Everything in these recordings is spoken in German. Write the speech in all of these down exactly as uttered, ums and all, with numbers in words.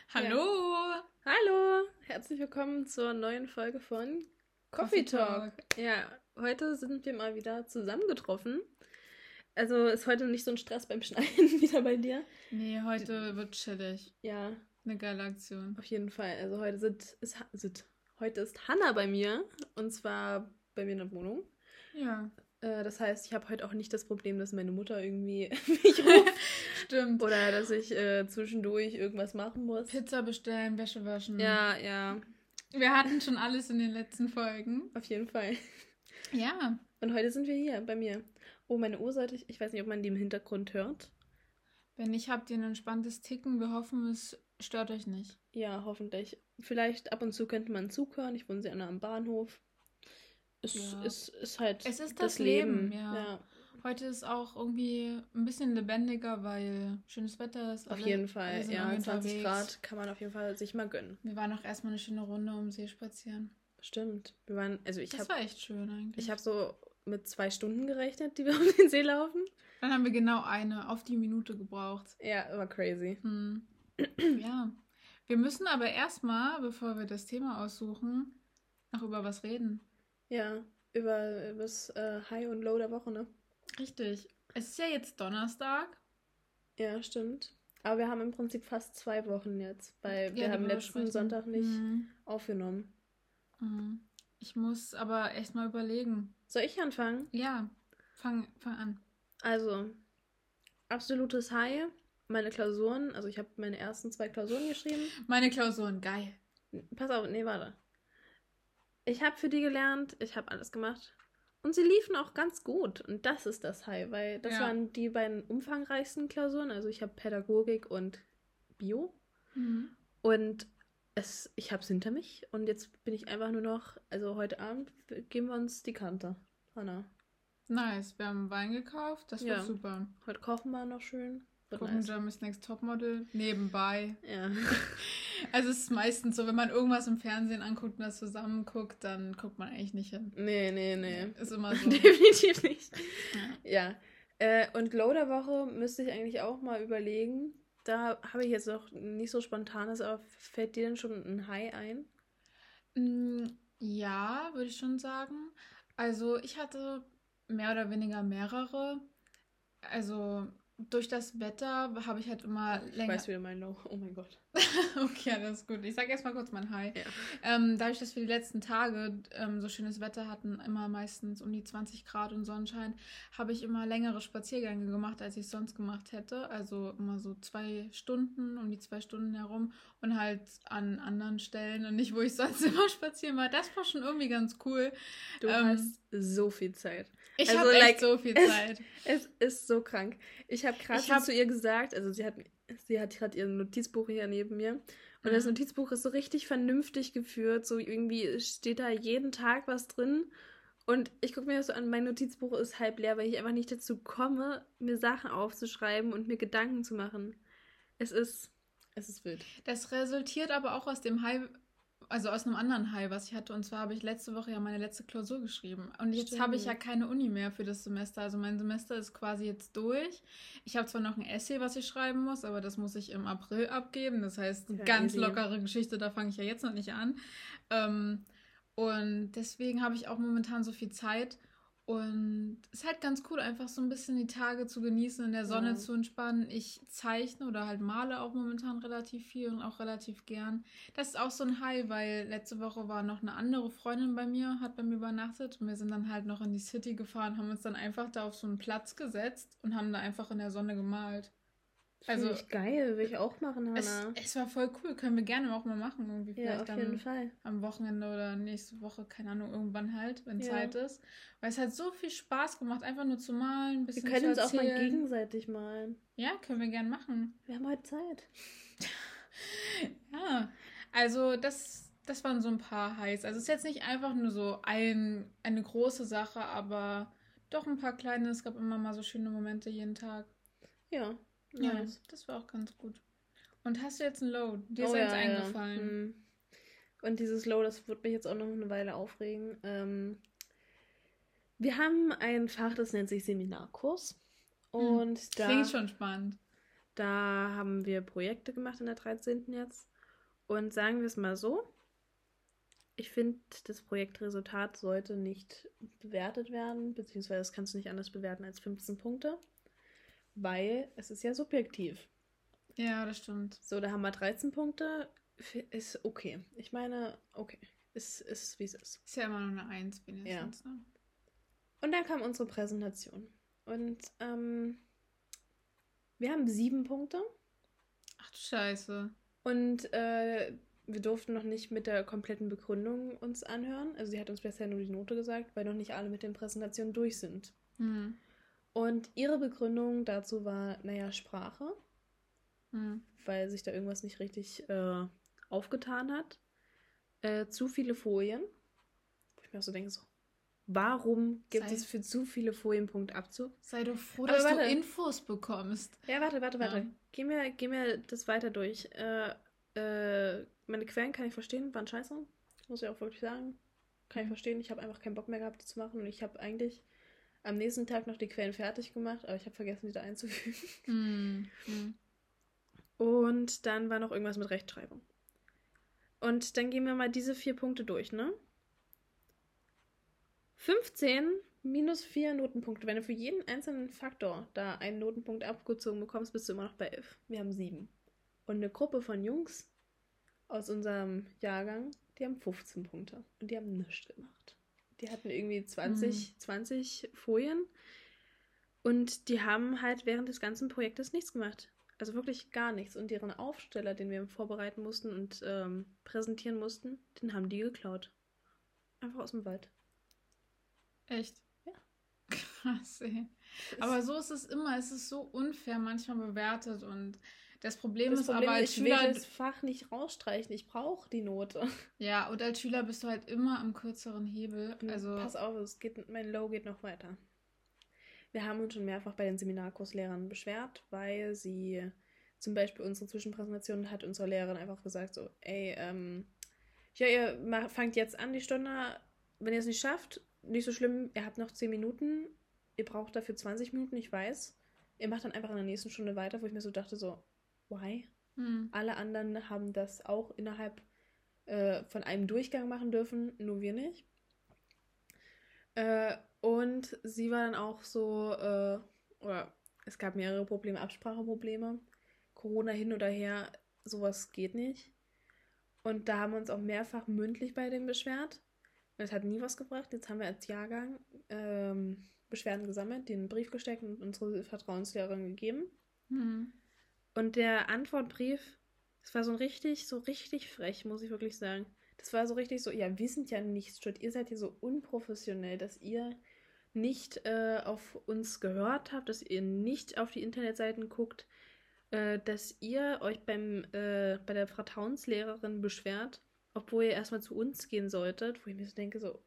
Hallo! Ja. Hallo! Herzlich willkommen zur neuen Folge von Coffee, Coffee Talk. Talk. Ja, heute sind wir mal wieder zusammengetroffen. Also ist heute nicht so ein Stress beim Schneiden wieder bei dir. Nee, heute wird chillig. Ja. Eine geile Aktion. Auf jeden Fall. Also heute sind, ist, sind, heute ist Hannah bei mir. Und zwar bei mir in der Wohnung. Ja. Äh, das heißt, ich habe heute auch nicht das Problem, dass meine Mutter irgendwie mich ruft. Stimmt. Oder dass ich äh, zwischendurch irgendwas machen muss. Pizza bestellen, Wäsche waschen. Ja, ja. Wir hatten schon alles in den letzten Folgen. Auf jeden Fall. Ja. Und heute sind wir hier bei mir. Oh, meine Uhr sollte ich, ich weiß nicht, ob man die im Hintergrund hört. Wenn nicht, habt ihr ein entspanntes Ticken. Wir hoffen, es stört euch nicht. Ja, hoffentlich. Vielleicht ab und zu könnte man Zug hören. Ich wohne sehr nah am Bahnhof. Es ja. ist, ist halt es ist das, das Leben. Leben. Ja. ja. Heute ist auch irgendwie ein bisschen lebendiger, weil schönes Wetter ist. Auf alle, jeden Fall, ja. zwanzig Grad kann man auf jeden Fall sich mal gönnen. Wir waren auch erstmal eine schöne Runde um See spazieren. Stimmt. Wir waren, also ich das hab, war echt schön eigentlich. Ich habe so mit zwei Stunden gerechnet, die wir um den See laufen. Dann haben wir genau eine auf die Minute gebraucht. Ja, war crazy. Hm. Ja. Wir müssen aber erstmal, bevor wir das Thema aussuchen, noch über was reden. Ja, über, über das äh, High und Low der Woche, ne? Richtig. Es ist ja jetzt Donnerstag. Ja, stimmt. Aber wir haben im Prinzip fast zwei Wochen jetzt, weil wir ja, haben letzten Sonntag nicht mhm. aufgenommen. Mhm. Ich muss aber echt mal überlegen. Soll ich anfangen? Ja, fang, fang an. Also, absolutes High. Meine Klausuren, also ich habe meine ersten zwei Klausuren geschrieben. Meine Klausuren, geil. Pass auf, nee, warte. Ich habe für die gelernt, ich habe alles gemacht. Und sie liefen auch ganz gut. Und das ist das High, weil das ja. waren die beiden umfangreichsten Klausuren. Also ich habe Pädagogik und Bio. Mhm. Und es, ich habe es hinter mich. Und jetzt bin ich einfach nur noch, also heute Abend geben wir uns die Kante. Hanna. Nice, wir haben Wein gekauft, das ja. wird super. Heute kochen wir noch schön. Gucken nice. Germany's Next Topmodel nebenbei. Ja. Also es ist meistens so, wenn man irgendwas im Fernsehen anguckt und das zusammen guckt, dann guckt man eigentlich nicht hin. Nee, nee, nee. Ist immer so. Definitiv nicht. Ja. ja. Äh, und Low der Woche müsste ich eigentlich auch mal überlegen. Da habe ich jetzt noch nicht so spontanes, aber fällt dir denn schon ein High ein? Ja, würde ich schon sagen. Also ich hatte mehr oder weniger mehrere. Also durch das Wetter habe ich halt immer ich länger... Ich weiß wieder mein Low. Oh mein Gott. Okay, das ist gut. Ich sage erstmal kurz mein High. Ja. Ähm, dadurch, dass wir die letzten Tage ähm, so schönes Wetter hatten, immer meistens um die zwanzig Grad und Sonnenschein, habe ich immer längere Spaziergänge gemacht, als ich sonst gemacht hätte. Also immer so zwei Stunden, um die zwei Stunden herum und halt an anderen Stellen und nicht, wo ich sonst immer spazieren war. Das war schon irgendwie ganz cool. Du ähm, hast so viel Zeit. Ich also, habe echt like, so viel Zeit. Es, es ist so krank. Ich habe gerade hab, zu ihr gesagt, also sie hat, sie hat gerade ihr Notizbuch hier neben mir und mhm. das Notizbuch ist so richtig vernünftig geführt, so irgendwie steht da jeden Tag was drin und ich gucke mir das so an, mein Notizbuch ist halb leer, weil ich einfach nicht dazu komme, mir Sachen aufzuschreiben und mir Gedanken zu machen. Es ist, es ist wild. Das resultiert aber auch aus dem High... Also aus einem anderen High, was ich hatte. Und zwar habe ich letzte Woche ja meine letzte Klausur geschrieben. Und jetzt Stimmt. habe ich ja keine Uni mehr für das Semester. Also mein Semester ist quasi jetzt durch. Ich habe zwar noch ein Essay, was ich schreiben muss, aber das muss ich im April abgeben. Das heißt, ja, ganz easy. Lockere Geschichte, da fange ich ja jetzt noch nicht an. Ähm, und deswegen habe ich auch momentan so viel Zeit. Und es ist halt ganz cool, einfach so ein bisschen die Tage zu genießen, in der Sonne ja. zu entspannen. Ich zeichne oder halt male auch momentan relativ viel und auch relativ gern. Das ist auch so ein High, weil letzte Woche war noch eine andere Freundin bei mir, hat bei mir übernachtet. Und wir sind dann halt noch in die City gefahren, haben uns dann einfach da auf so einen Platz gesetzt und haben da einfach in der Sonne gemalt. Also ich geil, will ich auch machen, Hannah. Es, es war voll cool, können wir gerne auch mal machen. Irgendwie vielleicht ja, auf dann jeden Fall. Am Wochenende oder nächste Woche, keine Ahnung, irgendwann halt, wenn ja. Zeit ist. Weil es hat so viel Spaß gemacht, einfach nur zu malen, ein bisschen zu erzählen. Wir können uns auch mal gegenseitig malen. Ja, können wir gerne machen. Wir haben heute Zeit. Ja, also das, das waren so ein paar Highs. Also es ist jetzt nicht einfach nur so ein, eine große Sache, aber doch ein paar kleine. Es gab immer mal so schöne Momente jeden Tag. Ja. Ja, nice. Das war auch ganz gut. Und hast du jetzt ein Low? Dir ist oh, eins ja, eingefallen. Ja. Hm. Und dieses Low, das wird mich jetzt auch noch eine Weile aufregen. Ähm, wir haben ein Fach, das nennt sich Seminarkurs. Und hm. da, klingt schon spannend. Da haben wir Projekte gemacht in der dreizehnten jetzt. Und sagen wir es mal so, ich finde, das Projektresultat sollte nicht bewertet werden, beziehungsweise das kannst du nicht anders bewerten als fünfzehn Punkte, weil es ist ja subjektiv. Ja, das stimmt. So, da haben wir dreizehn Punkte, ist okay. Ich meine, okay, ist, ist wie es ist. Ist ja immer nur eine eins wenigstens. Ja. Ne? Und dann kam unsere Präsentation. Und ähm, wir haben sieben Punkte. Ach du Scheiße. Und äh, wir durften noch nicht mit der kompletten Begründung uns anhören. Also sie hat uns bisher nur die Note gesagt, weil noch nicht alle mit den Präsentationen durch sind. Mhm. Und ihre Begründung dazu war, naja, Sprache. Mhm. Weil sich da irgendwas nicht richtig äh, aufgetan hat. Äh, zu viele Folien. Wo ich mir auch so denke, so, warum gibt Sei es für zu viele Folien Punktabzug? Sei doch froh, Aber dass warte. du Infos bekommst. Ja, warte, warte, warte. Ja. Geh, mir, geh mir das weiter durch. Äh, äh, meine Quellen kann ich verstehen, waren scheiße. Muss ich auch wirklich sagen. Kann ich verstehen. Ich habe einfach keinen Bock mehr gehabt, die zu machen. Und ich habe eigentlich am nächsten Tag noch die Quellen fertig gemacht, aber ich habe vergessen, die da einzufügen. Mm. Mm. Und dann war noch irgendwas mit Rechtschreibung. Und dann gehen wir mal diese vier Punkte durch, ne? fünfzehn minus vier Notenpunkte. Wenn du für jeden einzelnen Faktor da einen Notenpunkt abgezogen bekommst, bist du immer noch bei elf. Wir haben sieben. Und eine Gruppe von Jungs aus unserem Jahrgang, die haben fünfzehn Punkte. Und die haben nichts gemacht. Die hatten irgendwie zwanzig, mhm. zwanzig Folien. Und die haben halt während des ganzen Projektes nichts gemacht. Also wirklich gar nichts. Und deren Aufsteller, den wir vorbereiten mussten und ähm, präsentieren mussten, den haben die geklaut. Einfach aus dem Wald. Echt? Ja. Krass, ey. Aber so ist es immer. Es ist so unfair manchmal bewertet. Und das Problem das ist Problem aber, als ich Schüler... Ich will das Fach nicht rausstreichen. Ich brauche die Note. Ja, und als Schüler bist du halt immer am kürzeren Hebel. Also Pass auf, es geht, mein Low geht noch weiter. Wir haben uns schon mehrfach bei den Seminarkurslehrern beschwert, weil sie zum Beispiel unsere Zwischenpräsentation hat unsere Lehrerin einfach gesagt so, ey, ähm, ja, ihr macht, fangt jetzt an die Stunde, wenn ihr es nicht schafft, nicht so schlimm, ihr habt noch zehn Minuten, ihr braucht dafür zwanzig Minuten, ich weiß. Ihr macht dann einfach in der nächsten Stunde weiter, wo ich mir so dachte so, why? Hm. Alle anderen haben das auch innerhalb äh, von einem Durchgang machen dürfen, nur wir nicht. Äh, und sie war dann auch so, äh, oder es gab mehrere Probleme, Abspracheprobleme, Corona hin oder her, sowas geht nicht. Und da haben wir uns auch mehrfach mündlich bei denen beschwert. Und es hat nie was gebracht. Jetzt haben wir als Jahrgang ähm, Beschwerden gesammelt, den Brief gesteckt und unsere Vertrauenslehrerin gegeben. Mhm. Und der Antwortbrief, das war so richtig, so richtig frech, muss ich wirklich sagen. Das war so richtig so, ja, wir sind ja nicht studiert, ihr seid ja so unprofessionell, dass ihr nicht äh, auf uns gehört habt, dass ihr nicht auf die Internetseiten guckt, äh, dass ihr euch beim äh, bei der Vertrauenslehrerin beschwert, obwohl ihr erstmal zu uns gehen solltet, wo ich mir so denke, so,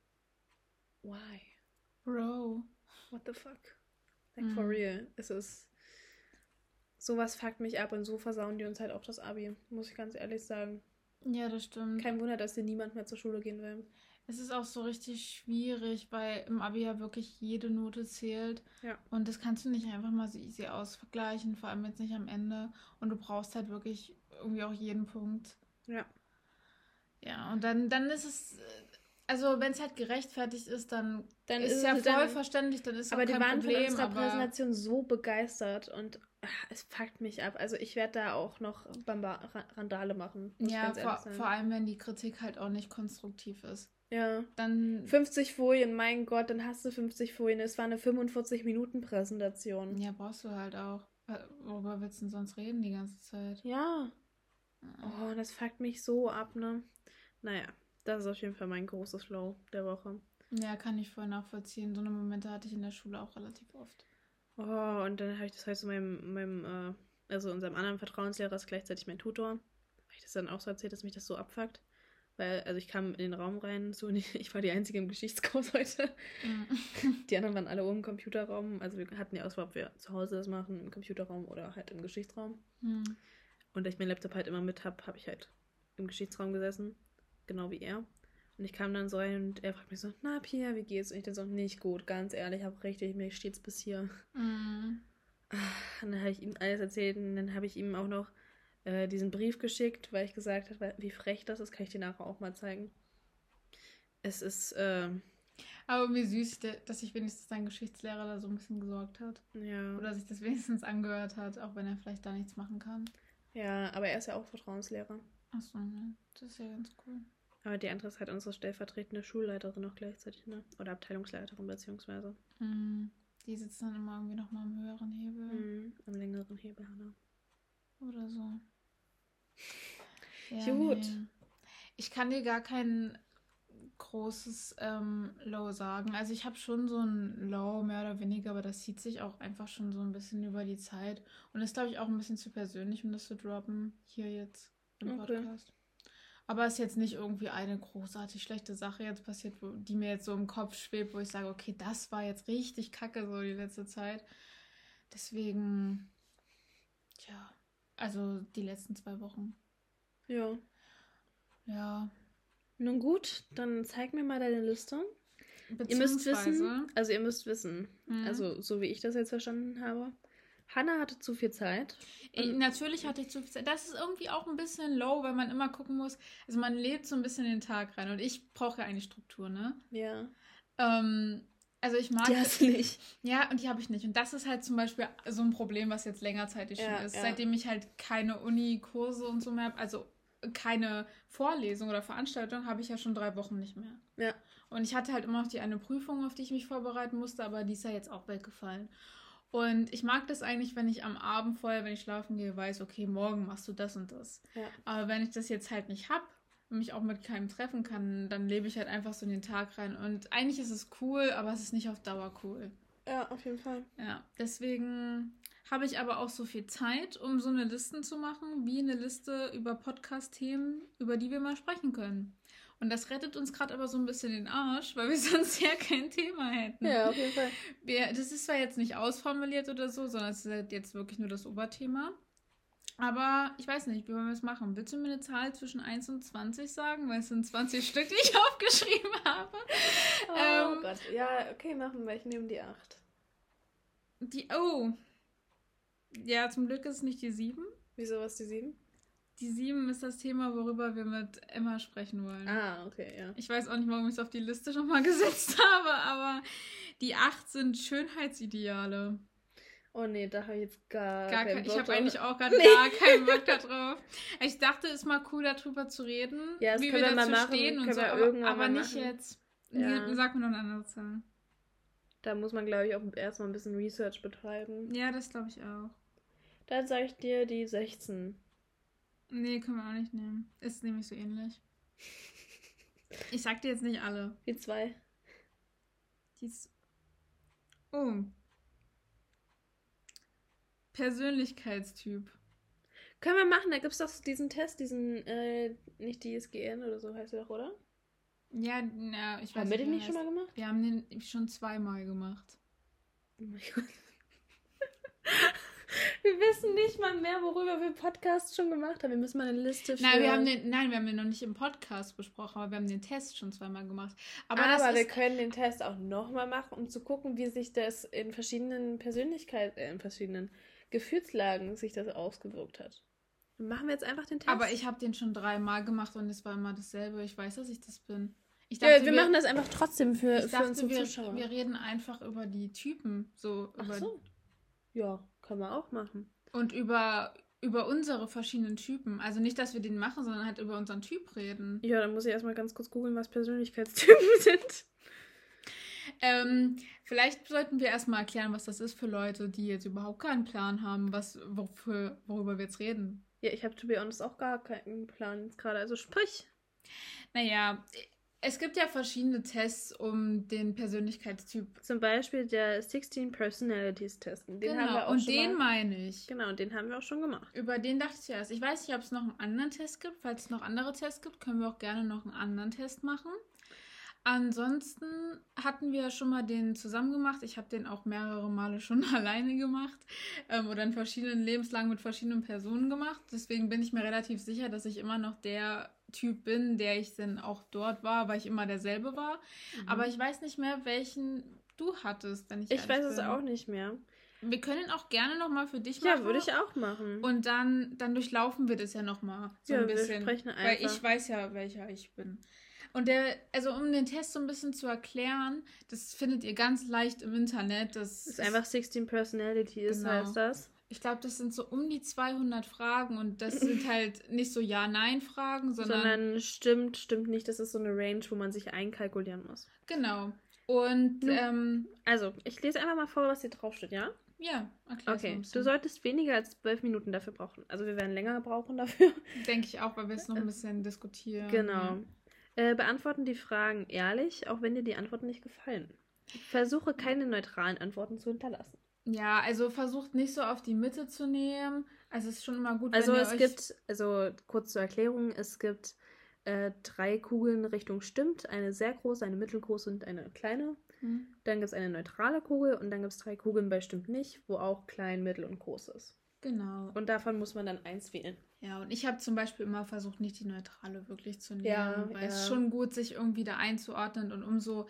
why? Bro. What the fuck? Like mm. for real. Es ist, sowas fuckt mich ab und so versauen die uns halt auch das Abi, muss ich ganz ehrlich sagen. Ja, das stimmt. Kein Wunder, dass dir niemand mehr zur Schule gehen will. Es ist auch so richtig schwierig, weil im Abi ja wirklich jede Note zählt. Ja. Und das kannst du nicht einfach mal so easy ausvergleichen, vor allem jetzt nicht am Ende. Und du brauchst halt wirklich irgendwie auch jeden Punkt. Ja. Ja, und dann, dann ist es, also wenn es halt gerechtfertigt ist, dann, dann ist es ja voll dann, verständlich, dann ist es auch kein Problem. Aber die waren von unserer Präsentation so begeistert und ach, es fuckt mich ab. Also ich werde da auch noch Bamba- Randale machen. Ja, vor, vor allem, wenn die Kritik halt auch nicht konstruktiv ist. Ja. Dann fünfzig Folien, mein Gott, dann hast du fünfzig Folien. Es war eine fünfundvierzig-Minuten-Präsentation. Ja, brauchst du halt auch. Worüber willst du denn sonst reden die ganze Zeit? Ja. Oh, das fuckt mich so ab, ne? Naja, das ist auf jeden Fall mein großes Low der Woche. Ja, kann ich voll nachvollziehen. So eine Momente hatte ich in der Schule auch relativ oft. Oh, und dann habe ich das halt so meinem, meinem äh, also unserem anderen Vertrauenslehrer ist gleichzeitig mein Tutor. Habe ich das dann auch so erzählt, dass mich das so abfuckt. Weil, also ich kam in den Raum rein, so ich war die Einzige im Geschichtskurs heute. Mhm. Die anderen waren alle oben im Computerraum. Also wir hatten die Auswahl, ob wir zu Hause das machen, im Computerraum oder halt im Geschichtsraum. Mhm. Und da ich meinen Laptop halt immer mit habe, habe ich halt im Geschichtsraum gesessen. Genau wie er. Und ich kam dann so rein und er fragt mich so, na Pia, wie geht's? Und ich dann so, nicht gut, ganz ehrlich, ich habe richtig, mir steht's bis hier. Mhm. Und dann habe ich ihm alles erzählt und dann habe ich ihm auch noch äh, diesen Brief geschickt, weil ich gesagt habe, wie frech das ist, kann ich dir nachher auch mal zeigen. Es ist, äh... Aber wie süß, dass sich wenigstens dein Geschichtslehrer da so ein bisschen gesorgt hat. Ja. Oder sich das wenigstens angehört hat, auch wenn er vielleicht da nichts machen kann. Ja, aber er ist ja auch Vertrauenslehrer. Achso, ne? Das ist ja ganz cool. Aber die andere ist halt unsere stellvertretende Schulleiterin auch gleichzeitig, ne? Oder Abteilungsleiterin beziehungsweise. Mhm. Die sitzt dann immer irgendwie nochmal am höheren Hebel. Mhm, am längeren Hebel, Hanna. Oder so. Ja, gut. Nee. Ich kann dir gar kein großes ähm, Low sagen. Also ich habe schon so ein Low, mehr oder weniger, aber das zieht sich auch einfach schon so ein bisschen über die Zeit. Und ist, glaube ich, auch ein bisschen zu persönlich, um das zu droppen, hier jetzt im Okay. Podcast. Aber es ist jetzt nicht irgendwie eine großartig schlechte Sache jetzt passiert, wo, die mir jetzt so im Kopf schwebt, wo ich sage, okay, das war jetzt richtig kacke so die letzte Zeit. Deswegen, tja, also die letzten zwei Wochen. Ja. Ja. Nun gut, dann zeig mir mal deine Liste. Ihr müsst wissen, also ihr müsst wissen, mhm. also so wie ich das jetzt verstanden habe, Hannah hatte zu viel Zeit. Ich, natürlich hatte ich zu viel Zeit. Das ist irgendwie auch ein bisschen low, weil man immer gucken muss. Also man lebt so ein bisschen in den Tag rein. Und ich brauche ja eigentlich Struktur, ne? Ja. Ähm, also ich mag... Die hast du nicht. Ja, und die habe ich nicht. Und das ist halt zum Beispiel so ein Problem, was jetzt längerzeitig schon ja, ist. Ja. Seitdem ich halt keine Uni-Kurse und so mehr habe, also keine Vorlesung oder Veranstaltung, habe ich ja schon drei Wochen nicht mehr. Ja. Und ich hatte halt immer noch die eine Prüfung, auf die ich mich vorbereiten musste, aber die ist ja jetzt auch weggefallen. Und ich mag das eigentlich, wenn ich am Abend vorher, wenn ich schlafen gehe, weiß, okay, morgen machst du das und das. Ja. Aber wenn ich das jetzt halt nicht habe und mich auch mit keinem treffen kann, dann lebe ich halt einfach so in den Tag rein. Und eigentlich ist es cool, aber es ist nicht auf Dauer cool. Ja, auf jeden Fall. Ja, deswegen habe ich aber auch so viel Zeit, um so eine Liste zu machen, wie eine Liste über Podcast-Themen, über die wir mal sprechen können. Und das rettet uns gerade aber so ein bisschen den Arsch, weil wir sonst ja kein Thema hätten. Ja, auf jeden Fall. Wir, das ist zwar jetzt nicht ausformuliert oder so, sondern es ist halt jetzt wirklich nur das Oberthema. Aber ich weiß nicht, wie wollen wir es machen? Willst du mir eine Zahl zwischen eins und zwanzig sagen? Weil es sind zwanzig Stück, die ich aufgeschrieben habe. Oh ähm, Gott. Ja, okay, machen wir. Ich nehme die acht. Die, oh. Ja, zum Glück ist es nicht die sieben. Wieso was die sieben? Die sieben ist das Thema, worüber wir mit Emma sprechen wollen. Ah, okay, ja. Ich weiß auch nicht, warum ich es auf die Liste schon mal gesetzt habe, aber die acht sind Schönheitsideale. Oh nee, da habe ich jetzt gar, gar keinen Bock Ich habe eigentlich auch gar nee. gar keinen Bock da drauf. Ich dachte, es ist mal cool, darüber zu reden, ja, das wie wir wir dazu machen, stehen und so, aber, aber nicht jetzt. Ja. Sag mir noch eine andere Zahl. Da muss man, glaube ich, auch erstmal ein bisschen Research betreiben. Ja, das glaube ich auch. Dann sage ich dir die sechzehn. Nee, können wir auch nicht nehmen. Ist nämlich so ähnlich. Ich sag dir jetzt nicht alle. Die zwei. Die ist... Oh. Persönlichkeitstyp. Können wir machen, da gibt es doch diesen Test, diesen, äh, nicht D S G N oder so heißt der doch, oder? Ja, na, ich weiß nicht. Haben wir den nicht schon mal gemacht? Wir haben den schon zweimal gemacht. Oh mein Gott. Wir wissen nicht mal mehr, worüber wir Podcasts schon gemacht haben. Wir müssen mal eine Liste für... Nein, wir haben den, nein, wir haben den noch nicht im Podcast besprochen, aber wir haben den Test schon zweimal gemacht. Aber, aber das wir ist, können den Test auch nochmal machen, um zu gucken, wie sich das in verschiedenen Persönlichkeiten, äh, in verschiedenen Gefühlslagen sich das ausgewirkt hat. Dann machen wir jetzt einfach den Test. Aber ich habe den schon dreimal gemacht und es war immer dasselbe. Ich weiß, dass ich das bin. Ich dachte, ja, wir, wir machen das einfach trotzdem für, ich für dachte, unsere wir, Zuschauer. Wir reden einfach über die Typen. So Ach über so. Ja, können wir auch machen. Und über, über unsere verschiedenen Typen. Also nicht, dass wir den machen, sondern halt über unseren Typ reden. Ja, dann muss ich erstmal ganz kurz googeln, was Persönlichkeitstypen sind. Ähm, vielleicht sollten wir erstmal erklären, was das ist für Leute, die jetzt überhaupt keinen Plan haben, was, wofür, worüber wir jetzt reden. Ja, ich habe to be honest auch gar keinen Plan jetzt gerade, also sprich. Naja, es gibt ja verschiedene Tests, um den Persönlichkeitstyp... Zum Beispiel der sixteen Personalities Test. Den genau, haben wir auch und schon den mal... meine ich. Genau, und den haben wir auch schon gemacht. Über den dachte ich erst. Ich weiß nicht, ob es noch einen anderen Test gibt. Falls es noch andere Tests gibt, können wir auch gerne noch einen anderen Test machen. Ansonsten hatten wir schon mal den zusammen gemacht. Ich habe den auch mehrere Male schon alleine gemacht ähm, oder in verschiedenen Lebenslagen mit verschiedenen Personen gemacht. Deswegen bin ich mir relativ sicher, dass ich immer noch der Typ bin, der ich dann auch dort war, weil ich immer derselbe war. Mhm. Aber ich weiß nicht mehr, welchen du hattest, wenn ich Ich weiß bin. es auch nicht mehr. Wir können ihn auch gerne nochmal für dich machen. Ja, würde ich auch machen. Und dann, dann durchlaufen wir das ja nochmal so ja, ein bisschen. Wir sprechen einfach. Weil ich weiß ja, welcher ich bin. Und der, also um den Test so ein bisschen zu erklären, das findet ihr ganz leicht im Internet. Das, das ist einfach sechzehn Personalities, genau. heißt das. Ich glaube, das sind so um die zweihundert Fragen und das sind halt nicht so Ja-Nein-Fragen, sondern... Sondern stimmt, stimmt nicht. Das ist so eine Range, wo man sich einkalkulieren muss. Genau. Und, Nun, ähm... Also, ich lese einfach mal vor, was hier draufsteht, ja? Ja, erklär Okay, mal du solltest weniger als zwölf Minuten dafür brauchen. Also, wir werden länger brauchen dafür. Denke ich auch, weil wir es noch ein bisschen diskutieren. Genau. Äh, beantworten die Fragen ehrlich, auch wenn dir die Antworten nicht gefallen. Versuche keine neutralen Antworten zu hinterlassen. Ja, also versucht nicht so auf die Mitte zu nehmen. Also es ist schon immer gut, also wenn ihr es euch... gibt, also kurz zur Erklärung, es gibt äh, drei Kugeln Richtung stimmt. Eine sehr große, eine mittelgroße und eine kleine. Hm. Dann gibt es eine neutrale Kugel und dann gibt es drei Kugeln bei stimmt nicht, wo auch klein, mittel und groß ist. Genau. Und davon muss man dann eins wählen. Ja, und ich habe zum Beispiel immer versucht, nicht die neutrale wirklich zu nehmen. Ja, weil ja. es ist schon gut, sich irgendwie da einzuordnen und umso...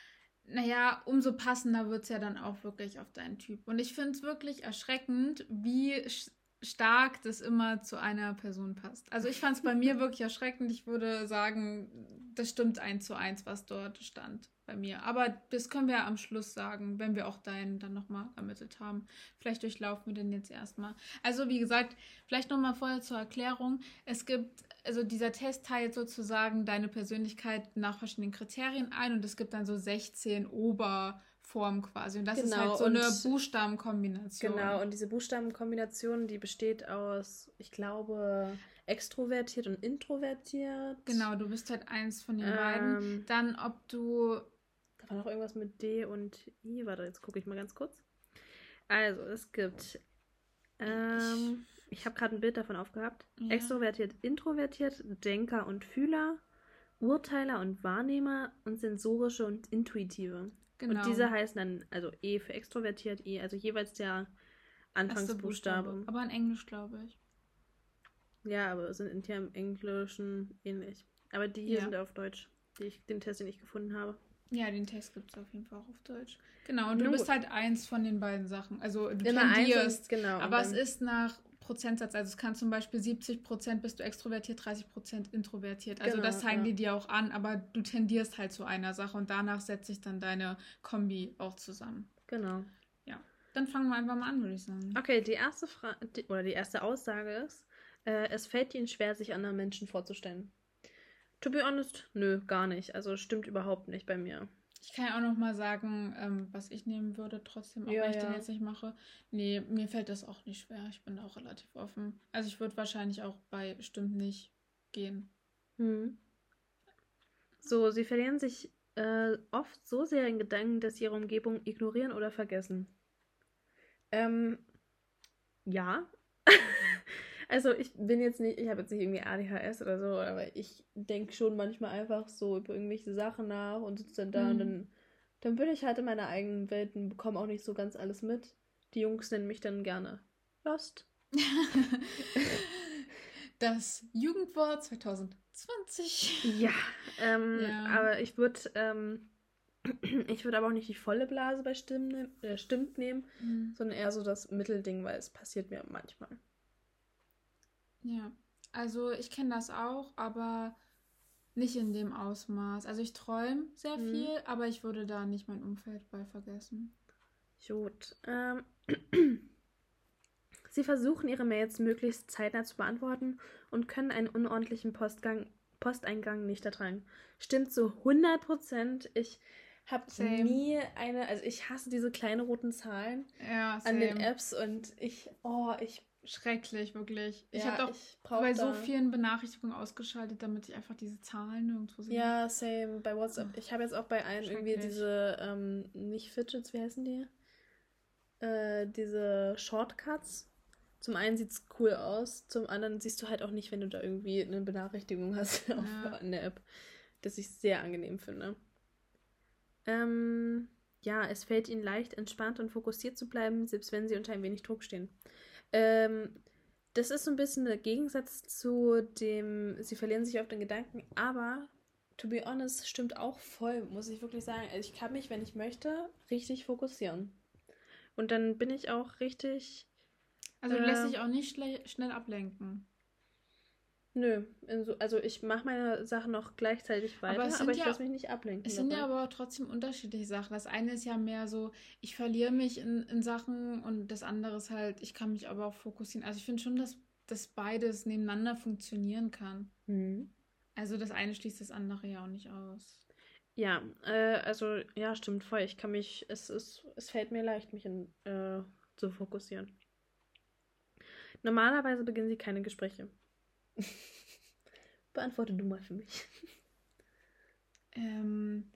Naja, umso passender wird es ja dann auch wirklich auf deinen Typ. Und ich finde es wirklich erschreckend, wie sch- stark das immer zu einer Person passt. Also ich fand es bei mir wirklich erschreckend. Ich würde sagen, das stimmt eins zu eins, was dort stand bei mir. Aber das können wir ja am Schluss sagen, wenn wir auch deinen dann nochmal ermittelt haben. Vielleicht durchlaufen wir den jetzt erstmal. Also wie gesagt, vielleicht nochmal vorher zur Erklärung. Es gibt... Also dieser Test teilt sozusagen deine Persönlichkeit nach verschiedenen Kriterien ein und es gibt dann so sechzehn Oberformen quasi. Und das genau, ist halt so eine Buchstabenkombination. Genau, und diese Buchstabenkombination, die besteht aus, ich glaube, extrovertiert und introvertiert. Genau, du bist halt eins von den ähm, beiden. Dann ob du... Da war noch irgendwas mit D und I. Warte, jetzt gucke ich mal ganz kurz. Also, es gibt... Ähm, ich Ich habe gerade ein Bild davon aufgehabt. Ja. Extrovertiert, introvertiert, Denker und Fühler, Urteiler und Wahrnehmer und sensorische und intuitive. Genau. Und diese heißen dann, also E für extrovertiert, E, also jeweils der Anfangsbuchstabe. Aber in Englisch, glaube ich. Ja, aber sind ja im Englischen ähnlich. Aber die hier ja. sind auf Deutsch, die ich, den Test, den ich gefunden habe. Ja, den Test gibt es auf jeden Fall auch auf Deutsch. Genau, und du Nun bist gut. halt eins von den beiden Sachen. Also du Immer tendierst, eins und, genau, aber es ist nach Prozentsatz. Also es kann zum Beispiel siebzig Prozent bist du extrovertiert, dreißig Prozent introvertiert. Also genau, das zeigen ja. die dir auch an, aber du tendierst halt zu einer Sache und danach setzt sich dann deine Kombi auch zusammen. Genau. Ja, dann fangen wir einfach mal an, würde ich sagen. Okay, die erste Frage oder die erste Aussage ist, äh, es fällt ihnen schwer, sich anderen Menschen vorzustellen. To be honest, nö, gar nicht. Also stimmt überhaupt nicht bei mir. Ich kann ja auch noch mal sagen, ähm, was ich nehmen würde, trotzdem, auch ja, wenn ich ja. den jetzt nicht mache. Nee, mir fällt das auch nicht schwer. Ich bin da auch relativ offen. Also ich würde wahrscheinlich auch bei stimmt nicht gehen. Hm. So, sie verlieren sich äh, oft so sehr in Gedanken, dass sie ihre Umgebung ignorieren oder vergessen. Ähm, ja. Also ich bin jetzt nicht, ich habe jetzt nicht irgendwie A D H S oder so, aber ich denke schon manchmal einfach so über irgendwelche Sachen nach und sitze dann da mhm. und dann, dann bin ich halt in meiner eigenen Welt und bekomme auch nicht so ganz alles mit. Die Jungs nennen mich dann gerne Lost. Das Jugendwort zwanzig zwanzig. Ja, ähm, ja. aber ich würde ähm, ich würde aber auch nicht die volle Blase bei Stimmen, äh, Stimmt nehmen, mhm. sondern eher so das Mittelding, weil es passiert mir manchmal. Ja, also ich kenne das auch, aber nicht in dem Ausmaß. Also ich träume sehr mhm. viel, aber ich würde da nicht mein Umfeld bei vergessen. Gut. Ähm. Sie versuchen, ihre Mails möglichst zeitnah zu beantworten und können einen unordentlichen Postgang, Posteingang nicht ertragen. Stimmt zu hundert Prozent. Ich habe nie eine, also ich hasse diese kleinen roten Zahlen ja, an den Apps und ich, oh, ich schrecklich, wirklich. Ja, ich habe doch ich bei so vielen Benachrichtigungen ausgeschaltet, damit ich einfach diese Zahlen nirgendwo sehe. Ja, same. Bei WhatsApp. Ich habe jetzt auch bei allen irgendwie diese, ähm, nicht Fidgets, wie heißen die? Äh, diese Shortcuts. Zum einen sieht es cool aus, zum anderen siehst du halt auch nicht, wenn du da irgendwie eine Benachrichtigung hast ja. auf eine App. Das ich sehr angenehm finde. Ähm, ja, es fällt ihnen leicht, entspannt und fokussiert zu bleiben, selbst wenn sie unter ein wenig Druck stehen. Ähm, das ist so ein bisschen der Gegensatz zu dem, sie verlieren sich auf den Gedanken, aber to be honest, stimmt auch voll, muss ich wirklich sagen. Also ich kann mich, wenn ich möchte, richtig fokussieren. Und dann bin ich auch richtig... Also du äh, lässt dich auch nicht schle- schnell ablenken. Nö, so, also ich mache meine Sachen noch gleichzeitig weiter, aber, aber ich ja, lasse mich nicht ablenken. Es sind dabei. Ja aber auch trotzdem unterschiedliche Sachen. Das eine ist ja mehr so, ich verliere mich in, in Sachen und das andere ist halt, ich kann mich aber auch fokussieren. Also ich finde schon, dass, dass beides nebeneinander funktionieren kann. Mhm. Also das eine schließt das andere ja auch nicht aus. Ja, äh, also ja, stimmt voll. Ich kann mich, es ist, es fällt mir leicht, mich in, äh, zu fokussieren. Normalerweise beginnen sie keine Gespräche. Beantworte du mal für mich. Ähm,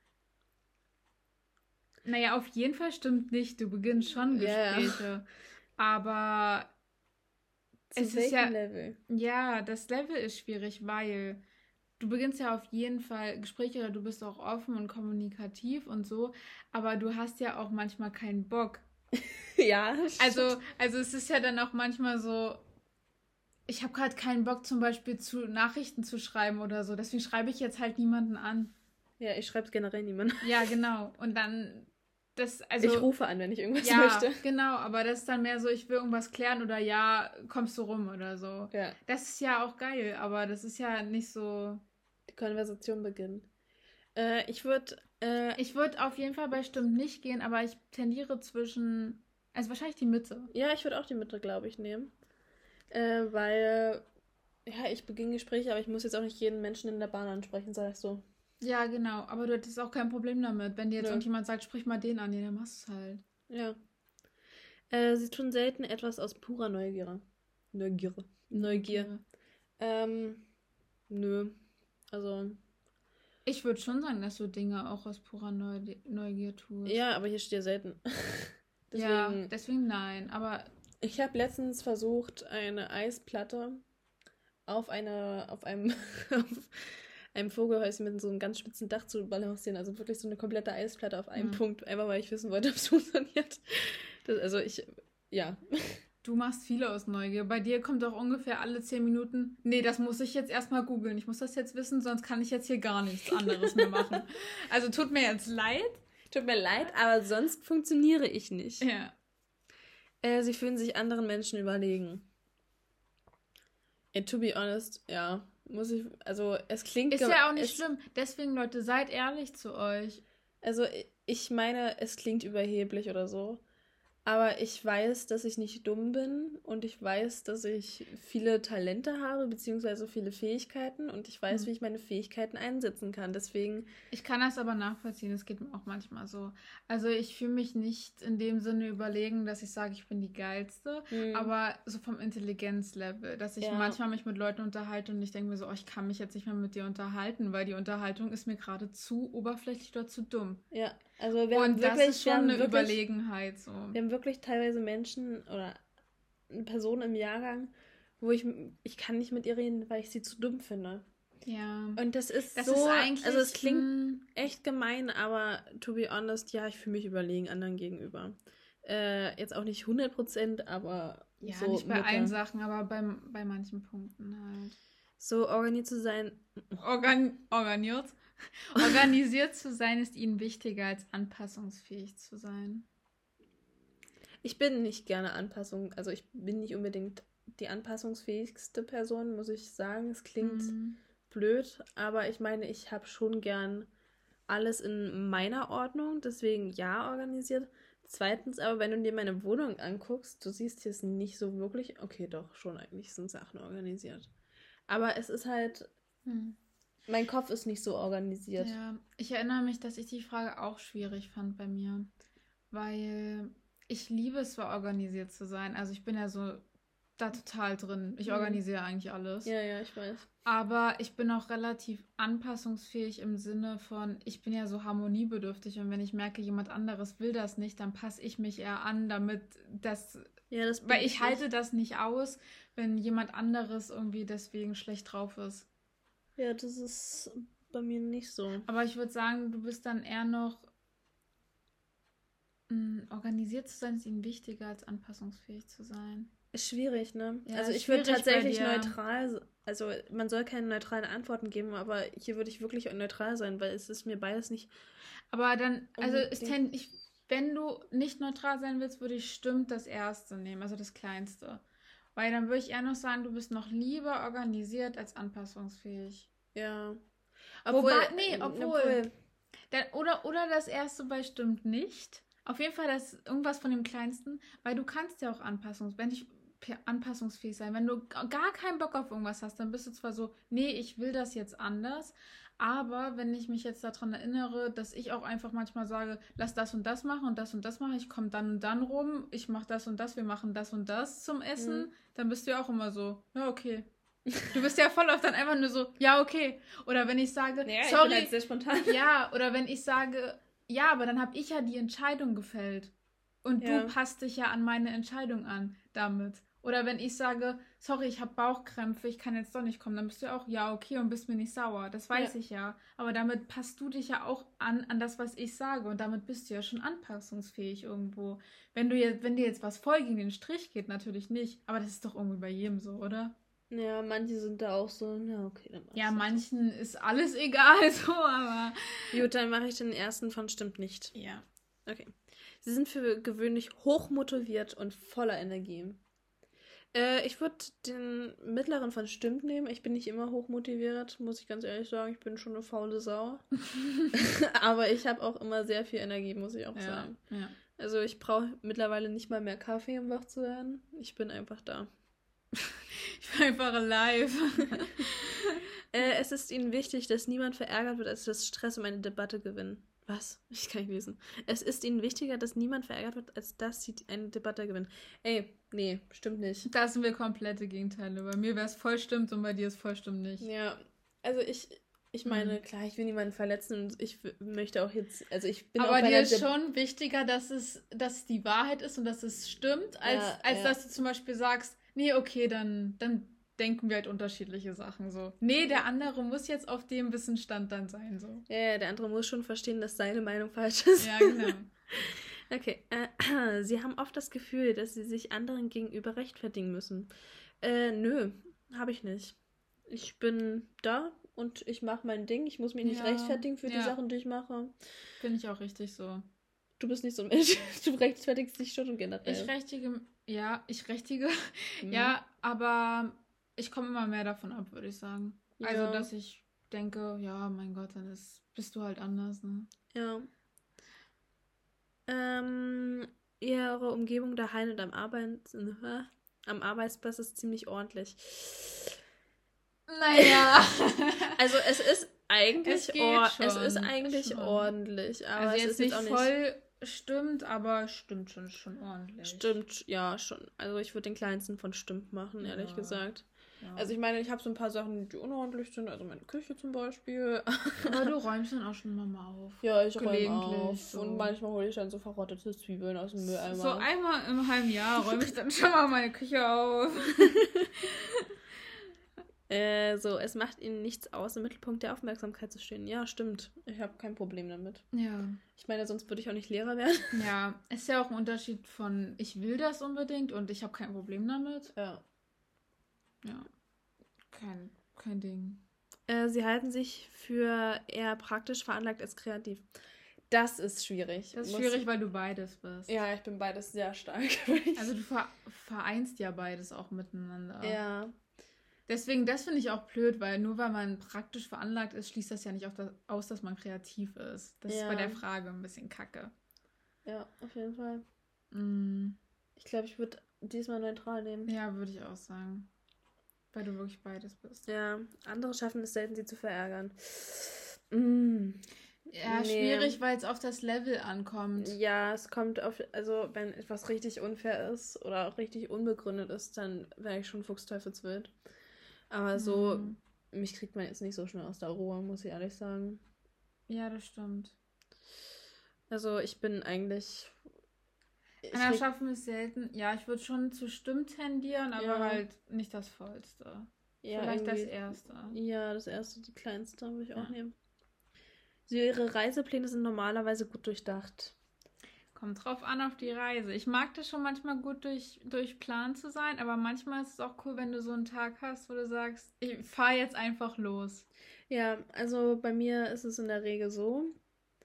naja, auf jeden Fall stimmt nicht. Du beginnst schon Gespräche. Yeah. Aber Zu es ist ja Level? Ja, das Level ist schwierig, weil du beginnst ja auf jeden Fall Gespräche oder du bist auch offen und kommunikativ und so, aber du hast ja auch manchmal keinen Bock. Ja. Also, also es ist ja dann auch manchmal so, ich habe gerade keinen Bock zum Beispiel zu Nachrichten zu schreiben oder so, deswegen schreibe ich jetzt halt niemanden an. Ja, ich schreibe es generell niemanden. Ja, genau. Und dann, das, also... Ich rufe an, wenn ich irgendwas ja, möchte. Genau, aber das ist dann mehr so, ich will irgendwas klären oder ja, kommst du rum oder so. Ja. Das ist ja auch geil, aber das ist ja nicht so... Die Konversation beginnt. Äh, ich würde... Äh, ich würde auf jeden Fall bei stimmt nicht gehen, aber ich tendiere zwischen... Also wahrscheinlich die Mitte. Ja, ich würde auch die Mitte, glaube ich, nehmen. Äh, weil... Ja, ich beginne Gespräche, aber ich muss jetzt auch nicht jeden Menschen in der Bahn ansprechen, sag ich so. Ja, genau. Aber du hättest auch kein Problem damit. Wenn dir jetzt ja. irgendjemand sagt, sprich mal den an, ja, dann machst du es halt. Ja. Äh, sie tun selten etwas aus purer Neugier. Neugier. Neugier. Ja. Ähm, nö. Also. Ich würde schon sagen, dass du Dinge auch aus purer Neu- Neugier tust. Ja, aber hier steht ja selten. deswegen, ja, deswegen nein. Aber. Ich habe letztens versucht, eine Eisplatte auf eine, auf einem, auf einem Vogelhäuschen mit so einem ganz spitzen Dach zu balancieren. Also wirklich so eine komplette Eisplatte auf einem mhm. Punkt. Einfach weil ich wissen wollte, ob es funktioniert. Das, also ich, ja. Du machst viele aus Neugier. Bei dir kommt auch ungefähr alle zehn Minuten, nee, das muss ich jetzt erstmal googeln. Ich muss das jetzt wissen, sonst kann ich jetzt hier gar nichts anderes mehr machen. Also tut mir jetzt leid. Tut mir leid, aber sonst funktioniere ich nicht. Ja. Äh, sie fühlen sich anderen Menschen überlegen. And to be honest, ja, muss ich, also es klingt... Ist ja auch nicht es, schlimm. Deswegen, Leute, seid ehrlich zu euch. Also ich meine, es klingt überheblich oder so. Aber ich weiß, dass ich nicht dumm bin und ich weiß, dass ich viele Talente habe, beziehungsweise viele Fähigkeiten und ich weiß, mhm. wie ich meine Fähigkeiten einsetzen kann. Deswegen... Ich kann das aber nachvollziehen, es geht mir auch manchmal so. Also ich fühle mich nicht in dem Sinne überlegen, dass ich sage, ich bin die Geilste, mhm. aber so vom Intelligenzlevel, dass ich ja. manchmal mich mit Leuten unterhalte und ich denke mir so, oh, ich kann mich jetzt nicht mehr mit dir unterhalten, weil die Unterhaltung ist mir gerade zu oberflächlich oder zu dumm. Ja, also wir und haben wirklich... das ist schon eine wirklich, Überlegenheit so. Wir haben wirklich teilweise Menschen oder Personen im Jahrgang, wo ich, ich kann nicht mit ihr reden, weil ich sie zu dumm finde. Ja. Und das ist das so, ist eigentlich, also es klingt mh, echt gemein, aber to be honest, ja, ich fühle mich überlegen anderen gegenüber. Äh, jetzt auch nicht hundert Prozent, aber ja, so nicht bei Mutter. allen Sachen, aber beim, bei manchen Punkten halt. So organisiert zu sein. Organ, organisiert? Organisiert zu sein ist ihnen wichtiger, als anpassungsfähig zu sein. Ich bin nicht gerne Anpassung, also ich bin nicht unbedingt die anpassungsfähigste Person, muss ich sagen. Es klingt mm. blöd, aber ich meine, ich habe schon gern alles in meiner Ordnung, deswegen ja, organisiert. Zweitens aber, wenn du dir meine Wohnung anguckst, du siehst hier nicht so wirklich, okay, doch, schon eigentlich sind Sachen organisiert. Aber es ist halt, hm. mein Kopf ist nicht so organisiert. Ja, ich erinnere mich, dass ich die Frage auch schwierig fand bei mir, weil... Ich liebe es zwar, organisiert zu sein. Also ich bin ja so da total drin. Ich organisiere mhm. eigentlich alles. Ja, ja, ich weiß. Aber ich bin auch relativ anpassungsfähig im Sinne von, ich bin ja so harmoniebedürftig und wenn ich merke, jemand anderes will das nicht, dann passe ich mich eher an, damit das... Ja, das weil ich halte das nicht aus, wenn jemand anderes irgendwie deswegen schlecht drauf ist. Ja, das ist bei mir nicht so. Aber ich würde sagen, du bist dann eher noch... Organisiert zu sein ist ihnen wichtiger, als anpassungsfähig zu sein. Ist schwierig, ne? Ja, also ich würde tatsächlich neutral, also man soll keine neutralen Antworten geben, aber hier würde ich wirklich neutral sein, weil es ist mir beides nicht... Aber dann, also es ten, ich, wenn du nicht neutral sein willst, würde ich stimmt das erste nehmen, also das kleinste. Weil dann würde ich eher noch sagen, du bist noch lieber organisiert als anpassungsfähig. Ja. Obwohl, Wobei, nee, obwohl. obwohl der, oder, oder das erste bei stimmt nicht. Auf jeden Fall das irgendwas von dem kleinsten, weil du kannst ja auch anpassungs, wenn ich anpassungsfähig sein. Wenn du gar keinen Bock auf irgendwas hast, dann bist du zwar so, nee, ich will das jetzt anders, aber wenn ich mich jetzt daran erinnere, dass ich auch einfach manchmal sage, lass das und das machen und das und das machen, ich komme dann und dann rum, ich mache das und das, wir machen das und das zum Essen, mhm. dann bist du ja auch immer so, ja, okay. Du bist ja voll oft dann einfach nur so, ja, okay. Oder wenn ich sage, ja, sorry. Ich bin halt sehr spontan. Ja, oder wenn ich sage, ja, aber dann habe ich ja die Entscheidung gefällt. Und ja. du passt dich ja an meine Entscheidung an damit. Oder wenn ich sage, sorry, ich habe Bauchkrämpfe, ich kann jetzt doch nicht kommen, dann bist du ja auch, ja, okay, und bist mir nicht sauer. Das weiß ja. ich ja. Aber damit passt du dich ja auch an, an das, was ich sage. Und damit bist du ja schon anpassungsfähig irgendwo. Wenn du jetzt, wenn dir jetzt was voll gegen den Strich geht, natürlich nicht. Aber das ist doch irgendwie bei jedem so, oder? Ja, manche sind da auch so, na okay, dann machst Ja, manchen das. Ist alles egal, so, aber... Gut, dann mache ich den ersten von stimmt nicht. Ja. Okay. Sie sind für gewöhnlich hochmotiviert und voller Energie. Äh, ich würde den mittleren von stimmt nehmen. Ich bin nicht immer hochmotiviert, muss ich ganz ehrlich sagen. Ich bin schon eine faule Sau. Aber ich habe auch immer sehr viel Energie, muss ich auch ja, sagen. Ja. Also ich brauche mittlerweile nicht mal mehr Kaffee, um wach zu werden. Ich bin einfach da. Ich bin einfach alive. äh, es ist ihnen wichtig, dass niemand verärgert wird, als dass Stress um eine Debatte gewinnen. Was? Ich kann nicht lesen. Es ist ihnen wichtiger, dass niemand verärgert wird, als dass sie eine Debatte gewinnen. Ey, nee, stimmt nicht. Da sind wir komplette Gegenteile. Bei mir wäre es voll stimmt und bei dir ist voll stimmt nicht. Ja, also ich, ich meine, mhm. klar, ich will niemanden verletzen und ich möchte auch jetzt, also ich bin Aber auch bei dir ist De- schon wichtiger, dass es, dass es die Wahrheit ist und dass es stimmt, als, ja, als ja. dass du zum Beispiel sagst, nee, okay, dann, dann denken wir halt unterschiedliche Sachen so. Nee, der andere muss jetzt auf dem Wissensstand dann sein, so. Ja, ja, der andere muss schon verstehen, dass seine Meinung falsch ist. Ja, genau. Okay. Äh, sie haben oft das Gefühl, dass sie sich anderen gegenüber rechtfertigen müssen. Äh, nö, habe ich nicht. Ich bin da und ich mache mein Ding. Ich muss mich nicht ja, rechtfertigen für ja. die Sachen, die ich mache. Finde ich auch richtig so. Du bist nicht so ein Mensch. Du rechtfertigst dich schon generell. Ich rechtige, ja, ich rechtige. Mhm. Ja, aber ich komme immer mehr davon ab, würde ich sagen. Ja. Also, dass ich denke, ja, mein Gott, dann ist, bist du halt anders, ne? Ja. Ähm, ihre Umgebung daheim und am, Arbeits- äh, am Arbeitsplatz ist ziemlich ordentlich. Naja. Also, es ist eigentlich, es, geht or- schon, es ist eigentlich schon. ordentlich. Aber also, es jetzt ist nicht jetzt auch voll nicht stimmt, aber stimmt schon, schon ordentlich. Stimmt, ja, schon. Also, ich würde den kleinsten von stimmt machen, ja. ehrlich gesagt. Ja. Also ich meine, ich habe so ein paar Sachen, die unordentlich sind, also meine Küche zum Beispiel. Aber du räumst dann auch schon mal auf. Ja, ich räume auf. So. Und manchmal hole ich dann so verrottete Zwiebeln aus dem Mülleimer. So einmal im halben Jahr räume ich dann schon mal meine Küche auf. äh, so, es macht ihnen nichts aus, im Mittelpunkt der Aufmerksamkeit zu stehen. Ja, stimmt. Ich habe kein Problem damit. Ja. Ich meine, sonst würde ich auch nicht Lehrer werden. Ja, ist ja auch ein Unterschied von ich will das unbedingt und ich habe kein Problem damit. Ja. Ja, kein, kein Ding. Äh, sie halten sich für eher praktisch veranlagt als kreativ. Das ist schwierig. Das ist Muss schwierig, weil du beides bist. Ja, ich bin beides sehr stark. Also du ver- vereinst ja beides auch miteinander. Ja. Deswegen, das finde ich auch blöd, weil nur weil man praktisch veranlagt ist, schließt das ja nicht auf das, aus, dass man kreativ ist. Das ja. ist bei der Frage ein bisschen kacke. Ja, auf jeden Fall. Mm. Ich glaube, ich würde diesmal neutral nehmen. Ja, würde ich auch sagen. Weil du wirklich beides bist. Ja, andere schaffen es selten, sie zu verärgern. Mm. Ja, nee. Schwierig, weil es auf das Level ankommt. Ja, es kommt auf, also wenn etwas richtig unfair ist oder auch richtig unbegründet ist, dann wäre ich schon Fuchsteufelswild. Aber so, mm. mich kriegt man jetzt nicht so schnell aus der Ruhe, muss ich ehrlich sagen. Ja, das stimmt. Also ich bin eigentlich... Einer schaffen es selten. Ja, ich würde schon zu stimmt tendieren, aber ja. halt nicht das Vollste. Ja, vielleicht das Erste. Ja, das Erste, die Kleinste würde ich ja. auch nehmen. So, ihre Reisepläne sind normalerweise gut durchdacht. Kommt drauf an auf die Reise. Ich mag das schon manchmal gut durch, durchplant zu sein, aber manchmal ist es auch cool, wenn du so einen Tag hast, wo du sagst, ich fahre jetzt einfach los. Ja, also bei mir ist es in der Regel so,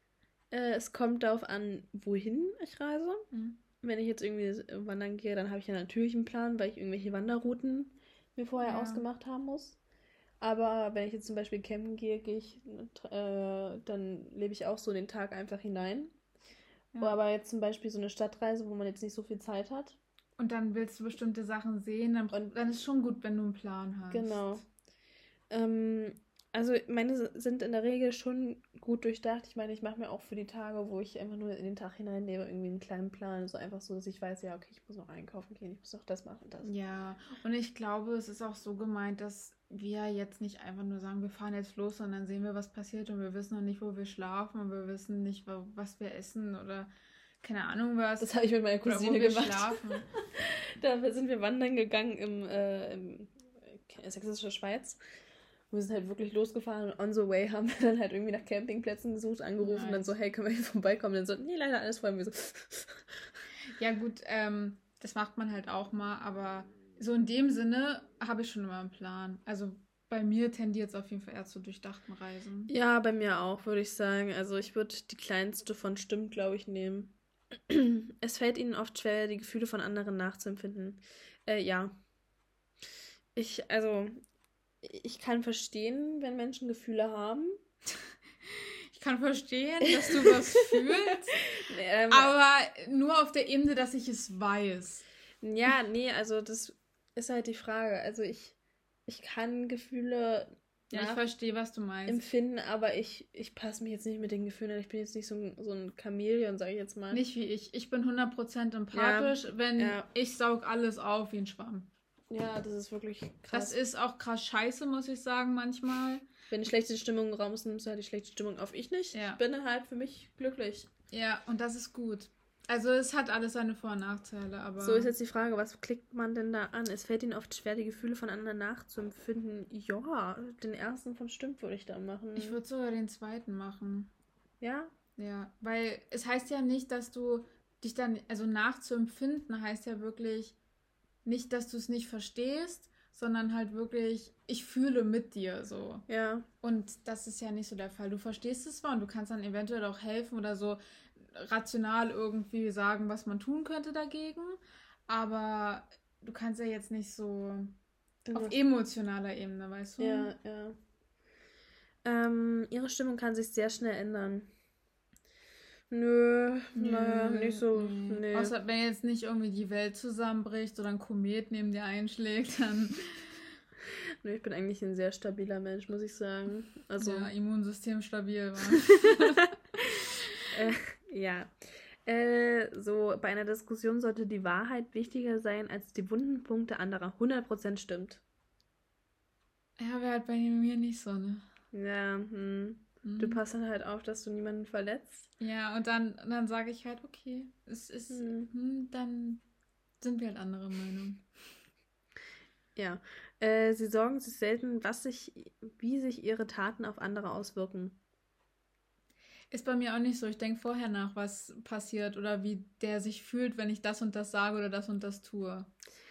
Äh, es kommt darauf an, wohin ich reise. Mhm. Wenn ich jetzt irgendwie wandern gehe, dann habe ich ja natürlich einen Plan, weil ich irgendwelche Wanderrouten mir vorher Ja. ausgemacht haben muss. Aber wenn ich jetzt zum Beispiel campen gehe, gehe ich, äh, dann lebe ich auch so den Tag einfach hinein. Ja. Aber jetzt zum Beispiel so eine Stadtreise, wo man jetzt nicht so viel Zeit hat. Und dann willst du bestimmte Sachen sehen, dann, Und dann ist es schon gut, wenn du einen Plan hast. Genau. Ähm, also meine sind in der Regel schon gut durchdacht. Ich meine, ich mache mir auch für die Tage, wo ich einfach nur in den Tag hineinnehme, irgendwie einen kleinen Plan. So einfach so, dass ich weiß, ja, okay, ich muss noch einkaufen gehen, ich muss noch das machen und das. Ja, und ich glaube, es ist auch so gemeint, dass wir jetzt nicht einfach nur sagen, wir fahren jetzt los, sondern sehen wir, was passiert und wir wissen noch nicht, wo wir schlafen und wir wissen nicht, wo, was wir essen oder keine Ahnung was. Das habe ich mit meiner oder Cousine wo wir gemacht. schlafen. Da sind wir wandern gegangen im, äh, im äh, sächsische Schweiz. Wir sind halt wirklich losgefahren und on the way haben wir dann halt irgendwie nach Campingplätzen gesucht, angerufen und dann Nice. so, hey, können wir hier vorbeikommen? Und dann so, nee, leider alles voll. Und wir so, Ja gut, ähm, das macht man halt auch mal, aber so in dem Sinne habe ich schon immer einen Plan. Also bei mir tendiert es auf jeden Fall eher zu durchdachten Reisen. ja, bei mir auch, würde ich sagen. Also ich würde die kleinste von Stimmt, glaube ich, nehmen. Es fällt ihnen oft schwer, die Gefühle von anderen nachzuempfinden. Äh, ja. Ich, also, ich kann verstehen, wenn Menschen Gefühle haben. Ich kann verstehen, dass du was fühlst, Ähm, aber nur auf der Ebene, dass ich es weiß. ja, nee, also das ist halt die Frage. Also ich, ich kann Gefühle Ja, ich verstehe, was du meinst. empfinden, aber ich, ich passe mich jetzt nicht mit den Gefühlen an. Ich bin jetzt nicht so ein, so ein Chamäleon, sage ich jetzt mal. Nicht wie ich. Ich bin hundert Prozent empathisch, wenn ja. ich saug alles auf wie ein Schwamm. Ja, das ist wirklich Das krass. ist auch krass scheiße, muss ich sagen, manchmal. Wenn die schlechte Stimmung im Raum ist, nimmst du halt die schlechte Stimmung auf. Ich nicht. Ja. Ich bin halt für mich glücklich. Ja, und das ist gut. Also es hat alles seine Vor- und Nachteile, aber... So ist jetzt die Frage, was klickt man denn da an? Es fällt ihnen oft schwer, die Gefühle von anderen nachzuempfinden. Ja, den ersten von Stimmt würde ich da machen. Ich würde sogar den zweiten machen. Ja? Ja, weil es heißt ja nicht, dass du dich dann... Also nachzuempfinden heißt ja wirklich nicht, dass du es nicht verstehst, sondern halt wirklich, ich fühle mit dir so. Ja. Und das ist ja nicht so der Fall. Du verstehst es zwar und du kannst dann eventuell auch helfen oder so rational irgendwie sagen, was man tun könnte dagegen, aber du kannst ja jetzt nicht so auf emotionaler Ebene, weißt du? Ja, ja. Ähm, ihre Stimmung kann sich sehr schnell ändern. Nö, Nö, naja, nicht so. nee. Nee. Außer wenn jetzt nicht irgendwie die Welt zusammenbricht oder ein Komet neben dir einschlägt, dann... Nö, ich bin eigentlich ein sehr stabiler Mensch, muss ich sagen. Also, ja, Immunsystem stabil war. äh, ja. Äh, so, bei einer Diskussion sollte die Wahrheit wichtiger sein als die wunden Punkte anderer. hundert Prozent stimmt. Ja, wäre halt bei mir nicht so, ne? Ja, hm. Mhm. Du passt dann halt auf, dass du niemanden verletzt. Ja, und dann, dann sage ich halt, okay, es ist, Hm. hm, dann sind wir halt anderer Meinung. Ja. Äh, sie sorgen sich selten, was sich, wie sich ihre Taten auf andere auswirken. Ist bei mir auch nicht so. Ich denke vorher nach, was passiert oder wie der sich fühlt, wenn ich das und das sage oder das und das tue.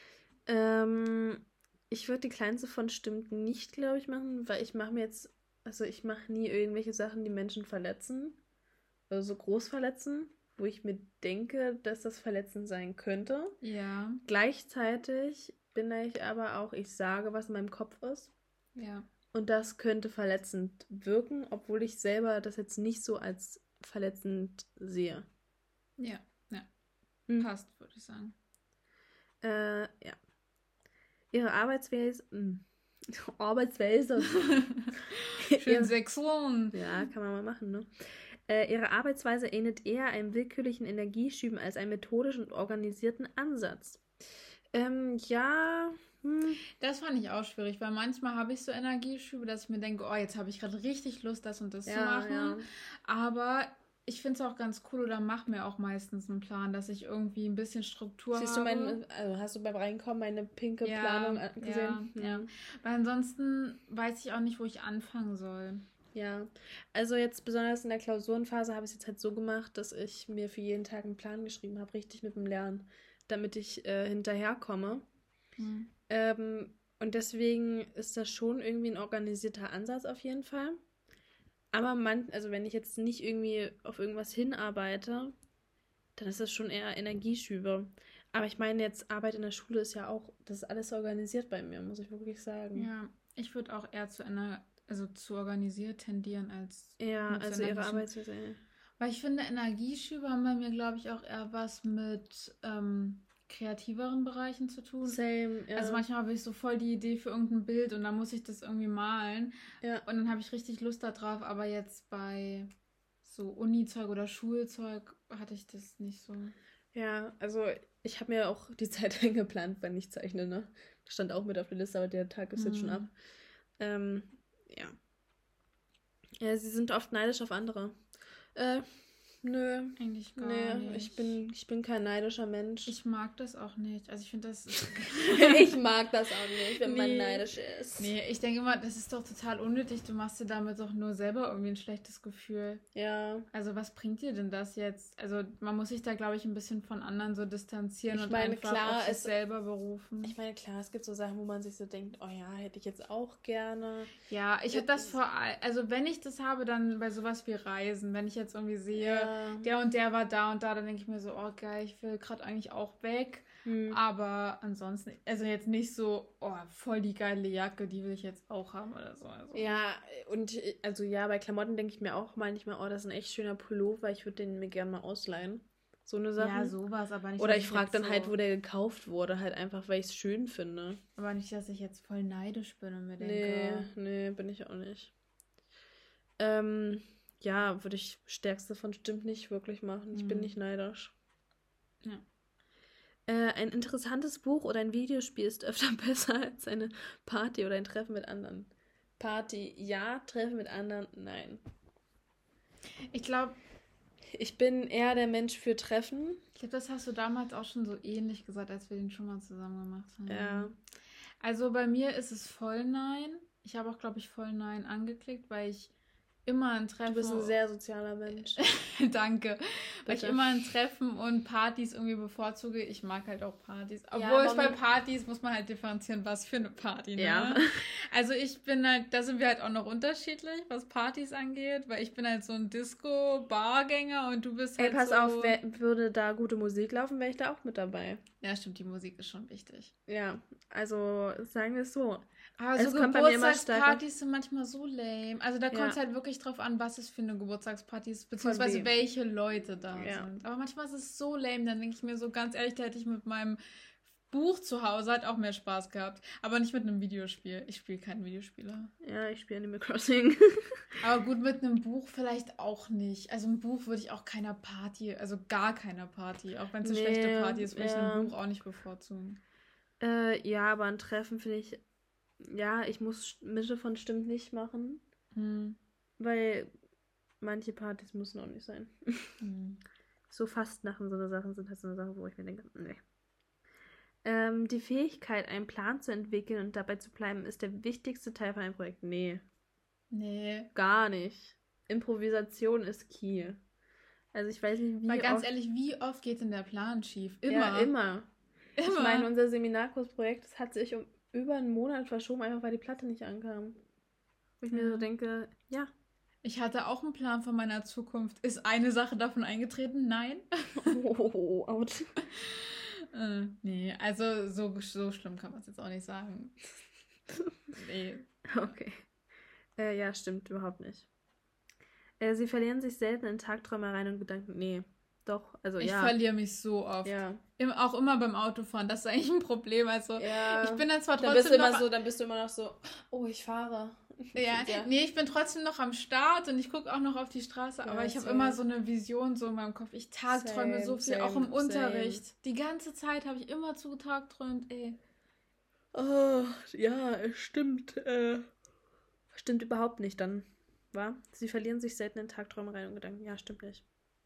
Ähm, ich würde die kleinste von Stimmt nicht, glaube ich, machen, weil ich mache mir jetzt, also ich mache nie irgendwelche Sachen, die Menschen verletzen, also so groß verletzen, wo ich mir denke, dass das verletzend sein könnte. Ja. Gleichzeitig bin ich aber auch, ich sage, was in meinem Kopf ist. Ja. Und das könnte verletzend wirken, obwohl ich selber das jetzt nicht so als verletzend sehe. Ja. Ja. Hm. Passt, würde ich sagen. Äh, ja. Ihre Arbeitsweise. Mh. Arbeitsweise. Schön Sexual. Ja, kann man mal machen, ne? Äh, ihre Arbeitsweise ähnelt eher einem willkürlichen Energieschüben als einem methodischen und organisierten Ansatz. Ähm, ja. Hm. Das fand ich auch schwierig, weil manchmal habe ich so Energieschübe, dass ich mir denke, oh, jetzt habe ich gerade richtig Lust, das und das Ja, zu machen. ja. Aber ich finde es auch ganz cool oder mache mir auch meistens einen Plan, dass ich irgendwie ein bisschen Struktur Siehst du habe. mein, also hast du beim Reinkommen meine pinke Ja, Planung a- gesehen? ja, ja. Weil ansonsten weiß ich auch nicht, wo ich anfangen soll. Ja, also jetzt besonders in der Klausurenphase habe ich es jetzt halt so gemacht, dass ich mir für jeden Tag einen Plan geschrieben habe, richtig mit dem Lernen, damit ich äh, hinterherkomme. Hm. Ähm, und deswegen ist das schon irgendwie ein organisierter Ansatz auf jeden Fall. Aber man, also wenn ich jetzt nicht irgendwie auf irgendwas hinarbeite, dann ist das schon eher Energieschübe. Aber ich meine, jetzt Arbeit in der Schule ist ja auch, das ist alles organisiert bei mir, muss ich wirklich sagen. Ja, ich würde auch eher zu einer, also zu organisiert tendieren als Ja, also ihre Arbeitsweise. Weil ich finde, Energieschübe haben bei mir, glaube ich, auch eher was mit ähm, kreativeren Bereichen zu tun. Same, ja. Also manchmal habe ich so voll die Idee für irgendein Bild und dann muss ich das irgendwie malen. Ja. Und dann habe ich richtig Lust darauf, aber jetzt bei so Uni-Zeug oder Schulzeug hatte ich das nicht so. Ja, also ich habe mir auch die Zeit eingeplant, wenn ich zeichne, ne? Das stand auch mit auf der Liste, aber der Tag ist hm. jetzt schon ab. Ähm, ja. Ja, sie sind oft neidisch auf andere. Äh, nö. Eigentlich gar nee, nicht. Ich bin, ich bin kein neidischer Mensch. Ich mag das auch nicht. Also ich finde das... ich mag das auch nicht, wenn nee. man neidisch ist. Nee, ich denke immer, das ist doch total unnötig. Du machst dir damit doch nur selber irgendwie ein schlechtes Gefühl. Ja. Also was bringt dir denn das jetzt? Also man muss sich da, glaube ich, ein bisschen von anderen so distanzieren ich und meine, einfach klar, auf sich es, selber berufen. Ich meine, klar, es gibt so Sachen, wo man sich so denkt, oh ja, hätte ich jetzt auch gerne. Ja, ich habe das vor allem... Also wenn ich das habe, dann bei sowas wie Reisen. Wenn ich jetzt irgendwie sehe, ja. der und der war da und da, dann denke ich mir so, oh geil, ich will gerade eigentlich auch weg. Hm. Aber ansonsten, also jetzt nicht so, oh, voll die geile Jacke, die will ich jetzt auch haben oder so. Also. Ja, und also ja, bei Klamotten denke ich mir auch manchmal, oh, das ist ein echt schöner Pullover, ich würde den mir gerne mal ausleihen. So eine Sache. Ja, sowas, aber nicht. Oder ich frage dann so halt, wo der gekauft wurde, halt einfach, weil ich es schön finde. Aber nicht, dass ich jetzt voll neidisch bin und mir denke. Nee, nee, bin ich auch nicht. Ähm, ja, würde ich Stärkste von stimmt nicht wirklich machen. Ich hm. bin nicht neidisch. Ja. Äh, ein interessantes Buch oder ein Videospiel ist öfter besser als eine Party oder ein Treffen mit anderen. Party, ja. Treffen mit anderen, nein. Ich glaube... Ich bin eher der Mensch für Treffen. Ich glaube, das hast du damals auch schon so ähnlich gesagt, als wir den schon mal zusammen gemacht haben. Ja. Also bei mir ist es voll nein. Ich habe auch, glaube ich, voll nein angeklickt, weil ich immer ein Treffen... Du bist ein sehr sozialer Mensch. Danke. Bitte. Weil ich immer ein Treffen und Partys irgendwie bevorzuge. Ich mag halt auch Partys. Obwohl ja, es bei Partys muss man halt differenzieren, was für eine Party. Ne? Ja. Also ich bin halt, da sind wir halt auch noch unterschiedlich, was Partys angeht, weil ich bin halt so ein Disco-Bargänger und du bist halt Ey, pass so... auf, wer, würde da gute Musik laufen, wäre ich da auch mit dabei. Ja, stimmt, die Musik ist schon wichtig. Ja, also sagen wir es so. Aber so Geburtstagspartys sind manchmal so lame. Also da kommt es ja. halt wirklich drauf an, was es für eine Geburtstagsparty ist, beziehungsweise welche Leute da ja. sind. Aber manchmal ist es so lame, dann denke ich mir so, ganz ehrlich, da hätte ich mit meinem Buch zu Hause halt auch mehr Spaß gehabt. Aber nicht mit einem Videospiel. Ich spiele keinen Videospieler. Ja, ich spiele Animal Crossing. Aber gut, mit einem Buch vielleicht auch nicht. Also ein Buch würde ich auch keiner Party, also gar keiner Party, auch wenn es eine nee, schlechte Party ist, würde ja. ich ein Buch auch nicht bevorzugen. Äh, ja, aber ein Treffen finde ich... Ja, ich muss Mitte von stimmt nicht machen, hm. weil manche Partys müssen auch nicht sein. Hm. So Fastnachen, so eine Sachen sind halt so eine Sache, wo ich mir denke, nee. Ähm, die Fähigkeit, einen Plan zu entwickeln und dabei zu bleiben, ist der wichtigste Teil von einem Projekt. Nee. Nee. Gar nicht. Improvisation ist key. Also ich weiß nicht, wie Weil ganz oft... ehrlich, wie oft geht denn der Plan schief? Immer. Ja, immer. Immer. Ich meine, unser Seminarkursprojekt, das hat sich um über einen Monat verschoben, einfach weil die Platte nicht ankam. Wo ich ja. mir so denke, ja. Ich hatte auch einen Plan von meiner Zukunft. Ist eine Sache davon eingetreten? Nein. Oh, out. äh, nee, also so, so schlimm kann man es jetzt auch nicht sagen. Nee. Okay. Äh, ja, stimmt überhaupt nicht. Äh, sie verlieren sich selten in Tagträumereien und Gedanken. Nee. Doch, also ich ja. Ich verliere mich so oft. Ja. Im, auch immer beim Autofahren. Das ist eigentlich ein Problem. Also ja. ich bin dann zwar trotzdem dann bist du immer noch... So, dann bist du immer noch so, oh, ich fahre. Ja, ja. Nee, ich bin trotzdem noch am Start und ich gucke auch noch auf die Straße, ja, aber ich habe immer so eine Vision so in meinem Kopf. Ich tagträume same, so viel, same, auch im same. Unterricht. Die ganze Zeit habe ich immer zu tagträumt, ey. Oh, ja, stimmt. Äh, stimmt überhaupt nicht dann, wa? Sie verlieren sich selten in Tagträumereien und Gedanken. Ja, stimmt nicht.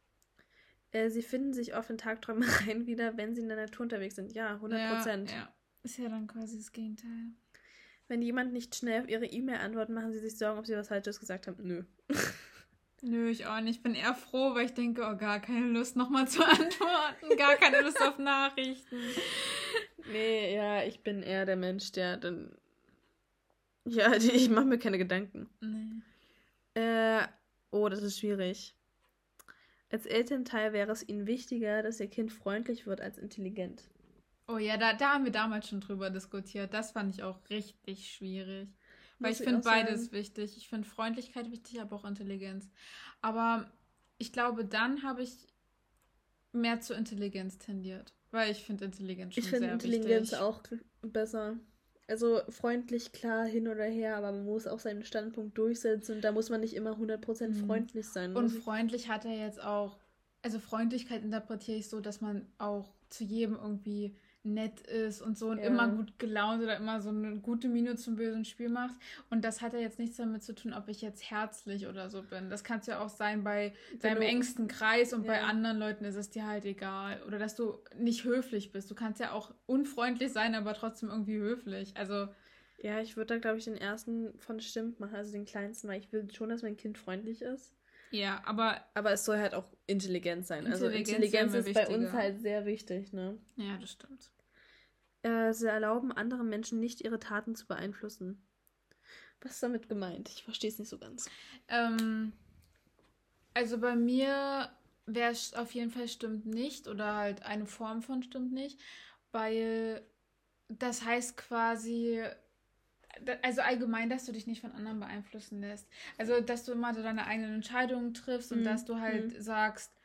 Sie finden sich oft in Tagträumereien wieder, wenn sie in der Natur unterwegs sind. Ja, hundert Prozent. Ja, ja. Ist ja dann quasi das Gegenteil. Wenn jemand nicht schnell auf ihre E-Mail antwortet, machen sie sich Sorgen, ob sie was Falsches gesagt haben. Nö. Nö, ich auch nicht. Ich bin eher froh, weil ich denke, oh, gar keine Lust nochmal zu antworten. Gar keine Lust auf Nachrichten. Nee, ja, ich bin eher der Mensch, der dann... Ja, ich mache mir keine Gedanken. Nee. Äh, oh, das ist schwierig. Als Elternteil wäre es ihnen wichtiger, dass ihr Kind freundlich wird als intelligent. Oh ja, da, da haben wir damals schon drüber diskutiert. Das fand ich auch richtig schwierig. Weil Muss ich ich finde auch sagen. beides wichtig. Ich finde Freundlichkeit wichtig, aber auch Intelligenz. Aber ich glaube, dann habe ich mehr zur Intelligenz tendiert. Weil ich finde Intelligenz schon Ich finde sehr Intelligenz wichtig. auch besser. Also freundlich, klar, hin oder her, aber man muss auch seinen Standpunkt durchsetzen und da muss man nicht immer hundert Prozent Mhm. freundlich sein. Und muss ich- freundlich hat er jetzt auch, also Freundlichkeit interpretiere ich so, dass man auch zu jedem irgendwie nett ist und so und Ja. immer gut gelaunt oder immer so eine gute Miene zum bösen Spiel macht. Und das hat ja jetzt nichts damit zu tun, ob ich jetzt herzlich oder so bin. Das kann es ja auch sein bei Wenn deinem du- engsten Kreis und bei Ja. anderen Leuten ist es dir halt egal. Oder dass du nicht höflich bist. Du kannst ja auch unfreundlich sein, aber trotzdem irgendwie höflich. Also, Ja, ich würde da, glaube ich, den ersten von stimmt machen, also den kleinsten, weil ich will schon, dass mein Kind freundlich ist. ja, aber Aber es soll halt auch intelligent sein. Also Intelligenz Intelligenz wäre mir ist bei uns wichtiger. halt sehr wichtig, ne? ja, das stimmt. Äh, sie erlauben anderen Menschen nicht, ihre Taten zu beeinflussen. Was ist damit gemeint? Ich verstehe es nicht so ganz. Ähm, also bei mir wäre es auf jeden Fall stimmt nicht oder halt eine Form von stimmt nicht, weil das heißt quasi, da- also allgemein, dass du dich nicht von anderen beeinflussen lässt. Also, dass du immer so deine eigenen Entscheidungen triffst und Mhm. dass du halt sagst,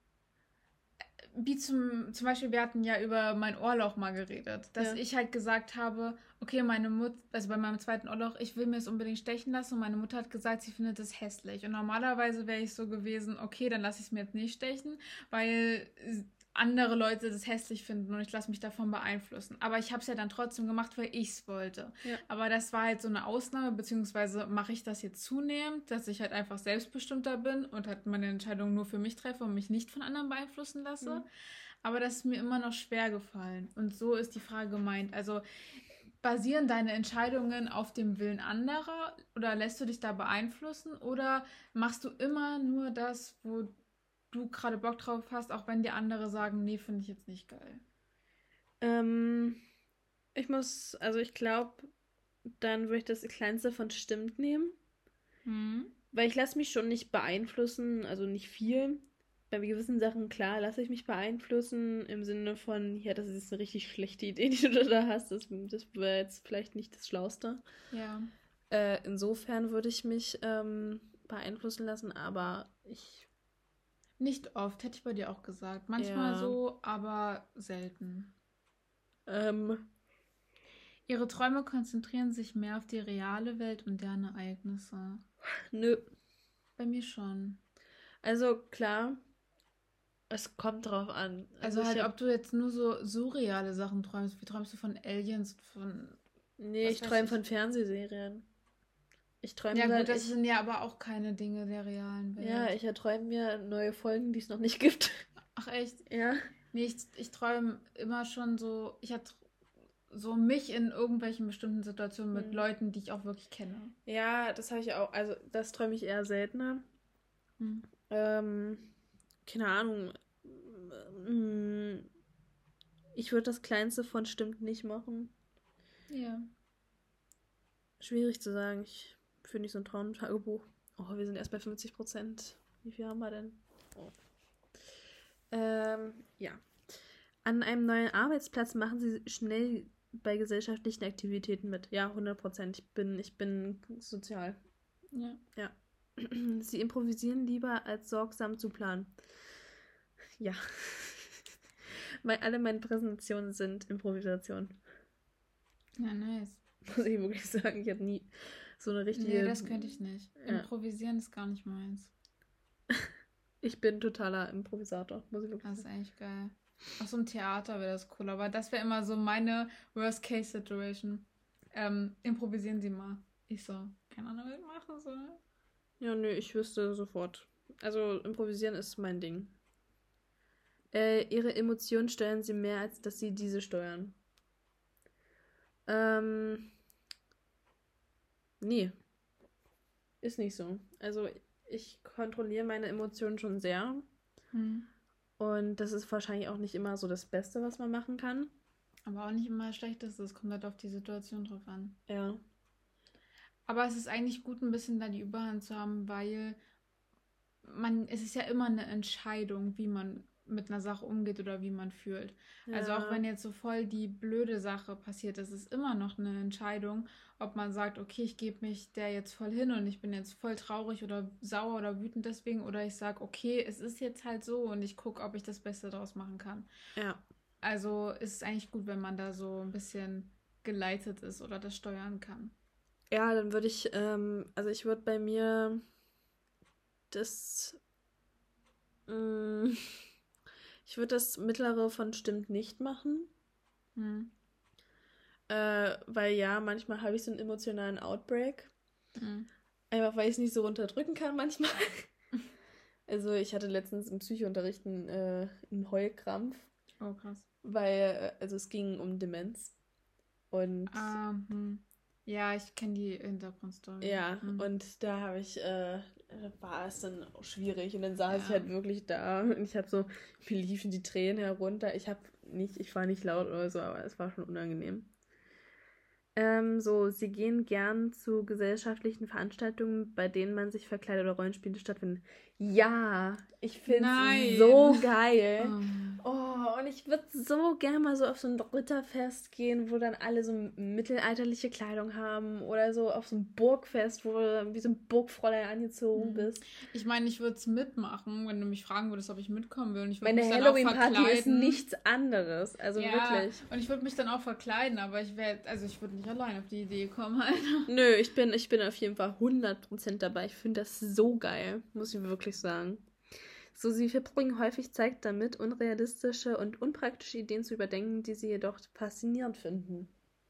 wie zum, zum Beispiel, wir hatten ja über mein Ohrloch mal geredet, dass Ja. ich halt gesagt habe, okay, meine Mutter, also bei meinem zweiten Ohrloch, ich will mir es unbedingt stechen lassen und meine Mutter hat gesagt, sie findet es hässlich. Und normalerweise wäre ich so gewesen, okay, dann lasse ich es mir jetzt nicht stechen, weil andere Leute das hässlich finden und ich lasse mich davon beeinflussen. Aber ich habe es ja dann trotzdem gemacht, weil ich es wollte. Ja. Aber das war halt so eine Ausnahme, beziehungsweise mache ich das jetzt zunehmend, dass ich halt einfach selbstbestimmter bin und halt meine Entscheidungen nur für mich treffe und mich nicht von anderen beeinflussen lasse. Mhm. Aber das ist mir immer noch schwer gefallen. Und so ist die Frage gemeint. Also basieren deine Entscheidungen auf dem Willen anderer oder lässt du dich da beeinflussen oder machst du immer nur das, wo du gerade Bock drauf hast, auch wenn die andere sagen, nee, finde ich jetzt nicht geil? Ähm, ich muss, also ich glaube, dann würde ich das kleinste von stimmt nehmen. Hm. Weil ich lasse mich schon nicht beeinflussen, also nicht viel. Bei gewissen Sachen, klar, lasse ich mich beeinflussen im Sinne von, ja, das ist eine richtig schlechte Idee, die du da hast. Das, das wäre jetzt vielleicht nicht das Schlauste. Ja. Äh, insofern würde ich mich ähm, beeinflussen lassen, aber ich, Nicht oft, hätte ich bei dir auch gesagt. Manchmal Ja. so, aber selten. ähm, Ihre Träume konzentrieren sich mehr auf die reale Welt und deren Ereignisse. nö. Bei mir schon. Also klar, es kommt drauf an. Also ich halt, hab- ob du jetzt nur so surreale Sachen träumst. Wie träumst du von Aliens, von... Nee, was ich weiß träume ich? von Fernsehserien. Ich träume Ja halt, gut, das ich, sind ja aber auch keine Dinge der realen Welt. ja, ich erträume mir neue Folgen, die es noch nicht gibt. Ach echt? Ja. Nee, ich, ich träume immer schon so... Ich hatte so mich in irgendwelchen bestimmten Situationen mit Hm. Leuten, die ich auch wirklich kenne. Ja, das habe ich auch, also das träume ich eher seltener. Hm. Ähm, keine Ahnung. Mm, Ich würde das Kleinste von stimmt nicht machen. Ja. Schwierig zu sagen. Ich führe nicht so ein Traumtagebuch. Oh, wir sind erst bei fünfzig Prozent. Wie viel haben wir denn? Oh. Ähm, ja. An einem neuen Arbeitsplatz machen Sie schnell bei gesellschaftlichen Aktivitäten mit. Ja, hundert Prozent. Ich bin, ich bin sozial. Ja. Sie improvisieren lieber, als sorgsam zu planen. Ja. Weil alle meine Präsentationen sind Improvisation. Ja, nice. Muss ich wirklich sagen. Ich habe nie so eine richtige... Nee, das könnte ich nicht. Ja. Improvisieren ist gar nicht meins. Ich bin totaler Improvisator. Muss ich wirklich Das ist sagen. eigentlich geil. Auf so einem Theater wäre das cool, aber das wäre immer so meine Worst-Case-Situation. Ähm, improvisieren Sie mal. Ich so, keine Ahnung, was ich machen soll. Ja, nö, ich wüsste sofort. Also improvisieren ist mein Ding. Äh, ihre Emotionen steuern sie mehr, als dass sie diese steuern. Ähm. Nee. Ist nicht so. Also ich kontrolliere meine Emotionen schon sehr. Hm. Und das ist wahrscheinlich auch nicht immer so das Beste, was man machen kann. Aber auch nicht immer das Schlechteste. Es kommt halt auf die Situation drauf an. Ja. Aber es ist eigentlich gut, ein bisschen da die Überhand zu haben, weil man, es ist ja immer eine Entscheidung, wie man mit einer Sache umgeht oder wie man fühlt. Ja. Also auch wenn jetzt so voll die blöde Sache passiert, ist es immer noch eine Entscheidung, ob man sagt, okay, ich gebe mich der jetzt voll hin und ich bin jetzt voll traurig oder sauer oder wütend deswegen, oder ich sage, okay, es ist jetzt halt so und ich gucke, ob ich das Beste daraus machen kann. Ja. Also ist es eigentlich gut, wenn man da so ein bisschen geleitet ist oder das steuern kann. Ja, dann würde ich, ähm, also ich würde bei mir das, mh, ich würde das mittlere von stimmt nicht machen. Hm. Äh, weil ja, manchmal habe ich so einen emotionalen Outbreak. Hm. Einfach weil ich es nicht so unterdrücken kann manchmal. Also ich hatte letztens im Psychounterricht einen, äh, einen Heulkrampf. Oh, krass. Weil, also es ging um Demenz. Und um, hm. Ja, ich kenne die Hintergrundstory. Ja, hm. und da habe ich, äh, war es dann auch schwierig. Und dann saß ja. ich halt wirklich da und ich habe so, mir liefen die Tränen herunter. Ich habe nicht, ich war nicht laut oder so, aber es war schon unangenehm. Ähm, so, sie gehen gern zu gesellschaftlichen Veranstaltungen, bei denen man sich verkleidet oder Rollenspiele stattfinden. Ja, ich finde es so geil. Oh. oh, und ich würde so gern mal so auf so ein Ritterfest gehen, wo dann alle so mittelalterliche Kleidung haben oder so auf so ein Burgfest, wo du wie so ein Burgfräulein angezogen bist. Ich meine, ich würde es mitmachen, wenn du mich fragen würdest, ob ich mitkommen will. Und ich Meine Halloween-Party ist nichts anderes, also ja, wirklich. Und ich würde mich dann auch verkleiden, aber ich wäre, also ich würde nicht allein auf die Idee kommen, Alter. Nö, ich bin, ich bin auf jeden Fall hundert Prozent dabei. Ich finde das so geil, muss ich wirklich sagen. So, sie verbringen häufig Zeit damit, unrealistische und unpraktische Ideen zu überdenken, die sie jedoch faszinierend finden.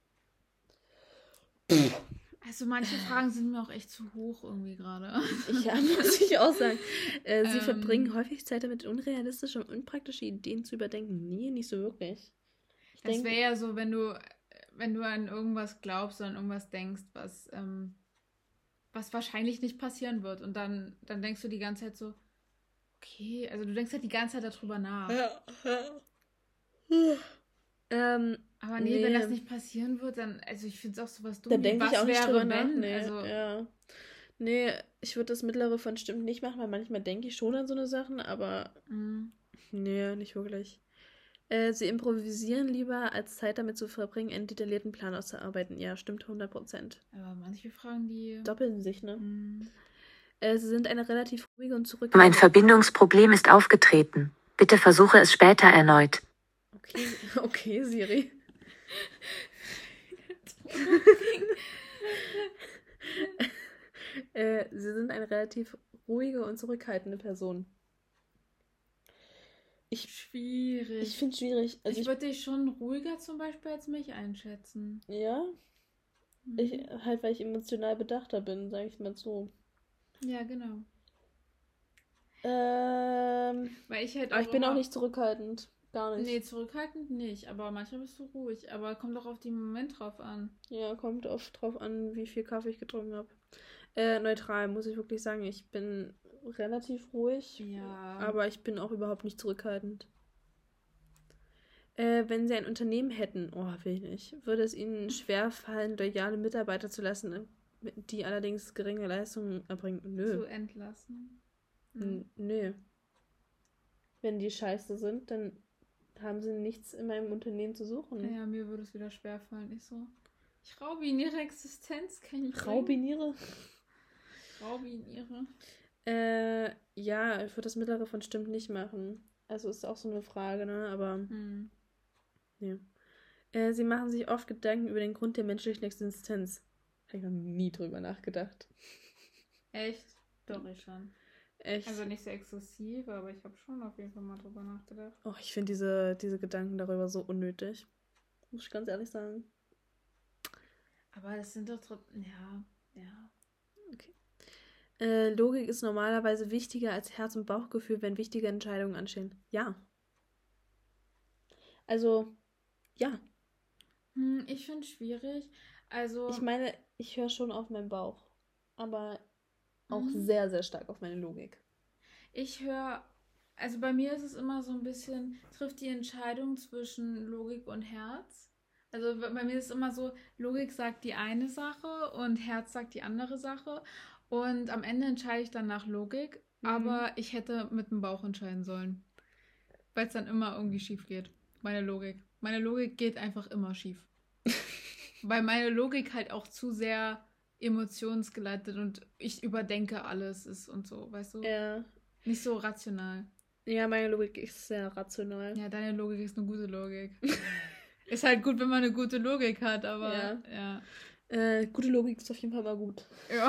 Also manche Fragen sind mir auch echt zu hoch irgendwie gerade. Ja, muss ich auch sagen. Äh, sie ähm, verbringen häufig Zeit damit, unrealistische und unpraktische Ideen zu überdenken. Nee, nicht so wirklich. Ich das wäre ja so, wenn du, wenn du an irgendwas glaubst oder an irgendwas denkst, was, ähm, was wahrscheinlich nicht passieren wird. Und dann, dann denkst du die ganze Zeit so, okay, also du denkst halt die ganze Zeit darüber nach. Ja, ja. Ähm, Aber nee, nee, wenn das nicht passieren wird, dann, also ich finde es auch sowas dumm. Da denke ich auch nicht drüber nach. Nee, also, ja. nee, ich würde das mittlere von stimmt nicht machen, weil manchmal denke ich schon an so eine Sachen, aber mm. nee, nicht wirklich. Äh, sie improvisieren lieber, als Zeit damit zu verbringen, einen detaillierten Plan auszuarbeiten. Ja, stimmt hundert Prozent. Aber manche Fragen, die... doppeln sich, ne? Mm. Äh, sie sind eine relativ ruhige und zurückhaltende... Mein Verbindungsproblem ist aufgetreten. Bitte versuche es später erneut. Okay, okay, Siri. äh, sie sind eine relativ ruhige und zurückhaltende Person. Ich, schwierig. Ich finde es schwierig. Also ich, ich würde dich schon ruhiger zum Beispiel als mich einschätzen. Ja? Mhm. Ich, halt, weil ich emotional bedachter bin, sage ich mal so. Ja, genau. Ähm, weil ich halt auch aber ich bin auch nicht zurückhaltend. Gar nicht. Nee, zurückhaltend nicht, aber manchmal bist du ruhig. Aber kommt doch auf den Moment drauf an. Ja, kommt oft drauf an, wie viel Kaffee ich getrunken habe. Äh, neutral, muss ich wirklich sagen. Ich bin relativ ruhig. Ja. Aber ich bin auch überhaupt nicht zurückhaltend. Äh, wenn sie ein Unternehmen hätten, oh, will ich nicht, würde es ihnen schwerfallen, loyale Mitarbeiter zu lassen, die allerdings geringe Leistungen erbringen. Nö. Zu entlassen? Hm. Nö. Wenn die scheiße sind, dann haben sie nichts in meinem Unternehmen zu suchen. Ja, mir würde es wieder schwerfallen. Ich so, ich raubiniere Existenz, kann ich Raubiniere? Raubiniere. Äh, ja, ich würde das mittlere von stimmt nicht machen. Also ist auch so eine Frage, ne, aber hm. nee. Äh, sie machen sich oft Gedanken über den Grund der menschlichen Existenz. Habe ich noch nie drüber nachgedacht. Echt? Doch, ich schon. Echt? Also nicht so exzessiv, aber ich habe schon auf jeden Fall mal drüber nachgedacht. Oh, ich finde diese, diese Gedanken darüber so unnötig. Muss ich ganz ehrlich sagen. Aber das sind doch trotzdem... Ja, ja. Okay. Äh, Logik ist normalerweise wichtiger als Herz- und Bauchgefühl, wenn wichtige Entscheidungen anstehen. Ja. Also, ja. Hm, ich finde es schwierig. Also... Ich meine, ich höre schon auf meinen Bauch. Aber... auch mhm. sehr, sehr stark auf meine Logik. Ich höre, also bei mir ist es immer so ein bisschen, trifft die Entscheidung zwischen Logik und Herz. Also bei mir ist es immer so, Logik sagt die eine Sache und Herz sagt die andere Sache. Und am Ende entscheide ich dann nach Logik, mhm. aber ich hätte mit dem Bauch entscheiden sollen. Weil es dann immer irgendwie schief geht. Meine Logik. Meine Logik geht einfach immer schief. Weil meine Logik halt auch zu sehr emotionsgeleitet und ich überdenke alles ist und so, weißt du? Ja. Nicht so rational. Ja, meine Logik ist sehr rational. Ja, deine Logik ist eine gute Logik. Ist halt gut, wenn man eine gute Logik hat, aber ja. ja. Äh, gute Logik ist auf jeden Fall mal gut. Ja.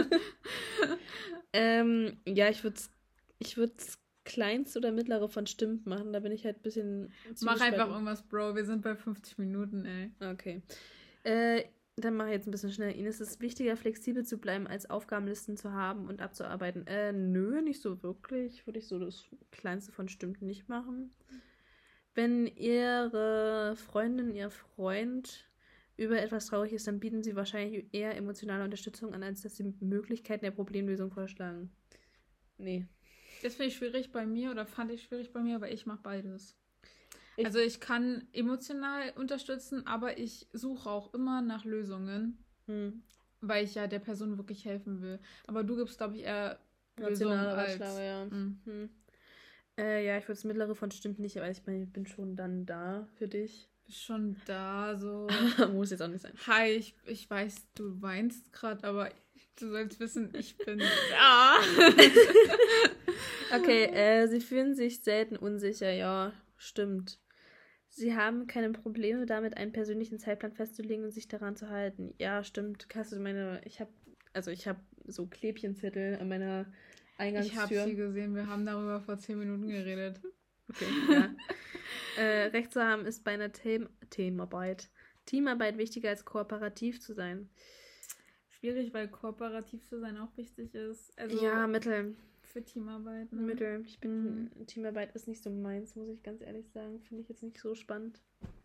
ähm, ja, ich würde ich würd's kleinste oder mittlere von stimmt machen. Da bin ich halt ein bisschen... Mach einfach irgendwas, Bro. Wir sind bei fünfzig Minuten, ey. Okay. Äh, dann mache ich jetzt ein bisschen schnell. Ihnen ist es wichtiger, flexibel zu bleiben, als Aufgabenlisten zu haben und abzuarbeiten. Äh, nö, nicht so wirklich. Würde ich so das kleinste von stimmt nicht machen. Wenn Ihre Freundin, Ihr Freund über etwas traurig ist, dann bieten Sie wahrscheinlich eher emotionale Unterstützung an, als dass Sie Möglichkeiten der Problemlösung vorschlagen. Nee. Das finde ich schwierig bei mir oder fand ich schwierig bei mir, aber ich mache beides. Ich also ich kann emotional unterstützen, aber ich suche auch immer nach Lösungen, hm. weil ich ja der Person wirklich helfen will. Aber du gibst, glaube ich, eher Lösungen als... Schlau, ja. Hm. Hm. Äh, ja, ich würde das mittlere von stimmt nicht, aber ich meine, ich bin schon dann da für dich. Schon da, so... Muss jetzt auch nicht sein. Hi, ich, ich weiß, du weinst gerade, aber du sollst wissen, ich bin da. Okay, äh, sie fühlen sich selten unsicher, ja, stimmt. Sie haben keine Probleme damit, einen persönlichen Zeitplan festzulegen und sich daran zu halten. Ja, stimmt. Hast du meine, ich habe, also ich habe so Klebchenzettel an meiner Eingangstür. Ich habe sie gesehen, wir haben darüber vor zehn Minuten geredet. Okay, ja. äh, Recht zu haben ist bei einer Team- Teamarbeit. Teamarbeit wichtiger als kooperativ zu sein. Schwierig, weil kooperativ zu sein auch wichtig ist. Also ja, Mittel. Für Teamarbeit. Ne? Mittel. Ich bin, mhm. Teamarbeit ist nicht so meins, muss ich ganz ehrlich sagen. Finde ich jetzt nicht so spannend.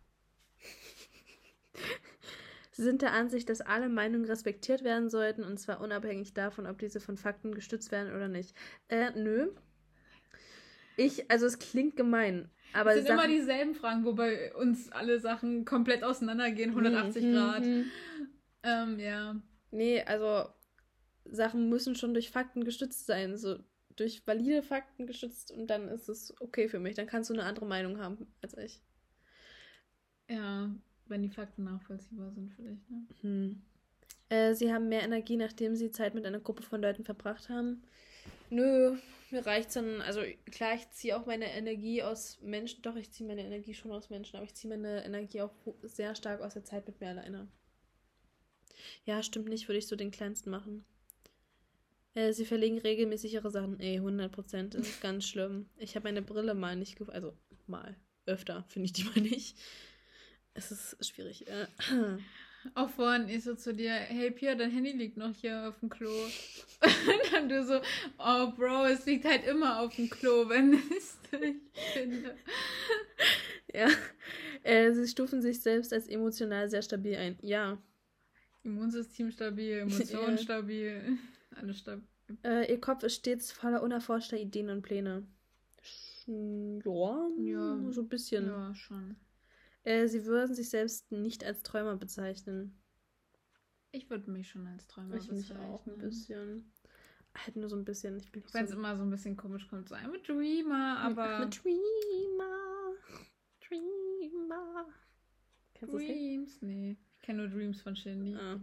Sie sind der Ansicht, dass alle Meinungen respektiert werden sollten, und zwar unabhängig davon, ob diese von Fakten gestützt werden oder nicht. Äh, nö. Ich, also es klingt gemein, aber es sind Sachen, immer dieselben Fragen, wobei uns alle Sachen komplett auseinandergehen, hundertachtzig mhm. Grad. Ähm, ja. Nee, also Sachen müssen schon durch Fakten gestützt sein, so durch valide Fakten gestützt, und dann ist es okay für mich. Dann kannst du eine andere Meinung haben als ich. Ja, wenn die Fakten nachvollziehbar sind für dich, ne? Hm. Äh, sie haben mehr Energie, nachdem sie Zeit mit einer Gruppe von Leuten verbracht haben. Nö, mir reicht's dann, also klar, ich ziehe auch meine Energie aus Menschen, doch, ich ziehe meine Energie schon aus Menschen, aber ich ziehe meine Energie auch sehr stark aus der Zeit mit mir alleine. Ja, stimmt nicht, würde ich so den kleinsten machen. Äh, sie verlegen regelmäßig ihre Sachen. Ey, hundert Prozent. Das ist ganz schlimm. Ich habe meine Brille mal nicht gefunden. Also, mal. Öfter finde ich die mal nicht. Es ist schwierig. Äh. Auch vorhin ich so zu dir, hey Pia, dein Handy liegt noch hier auf dem Klo. Und dann du so, oh Bro, es liegt halt immer auf dem Klo, wenn ich es finde. Ja. Äh, sie stufen sich selbst als emotional sehr stabil ein. Ja. Immunsystem stabil, Emotionen ja. stabil. Alles stabil. Äh, ihr Kopf ist stets voller unerforschter Ideen und Pläne. Ja, ja, so ein bisschen. Ja, schon. Äh, sie würden sich selbst nicht als Träumer bezeichnen. Ich würde mich schon als Träumer ich bezeichnen. Ich mich auch ein bisschen. Halt nur so ein bisschen. Ich bin Wenn es so immer so ein bisschen komisch kommt, so I'm a Dreamer, aber... I'm a Dreamer. Dreamer. Kennst du das? Dreams? Nee. Ich kenne nur Dreams von Shindy. Ah.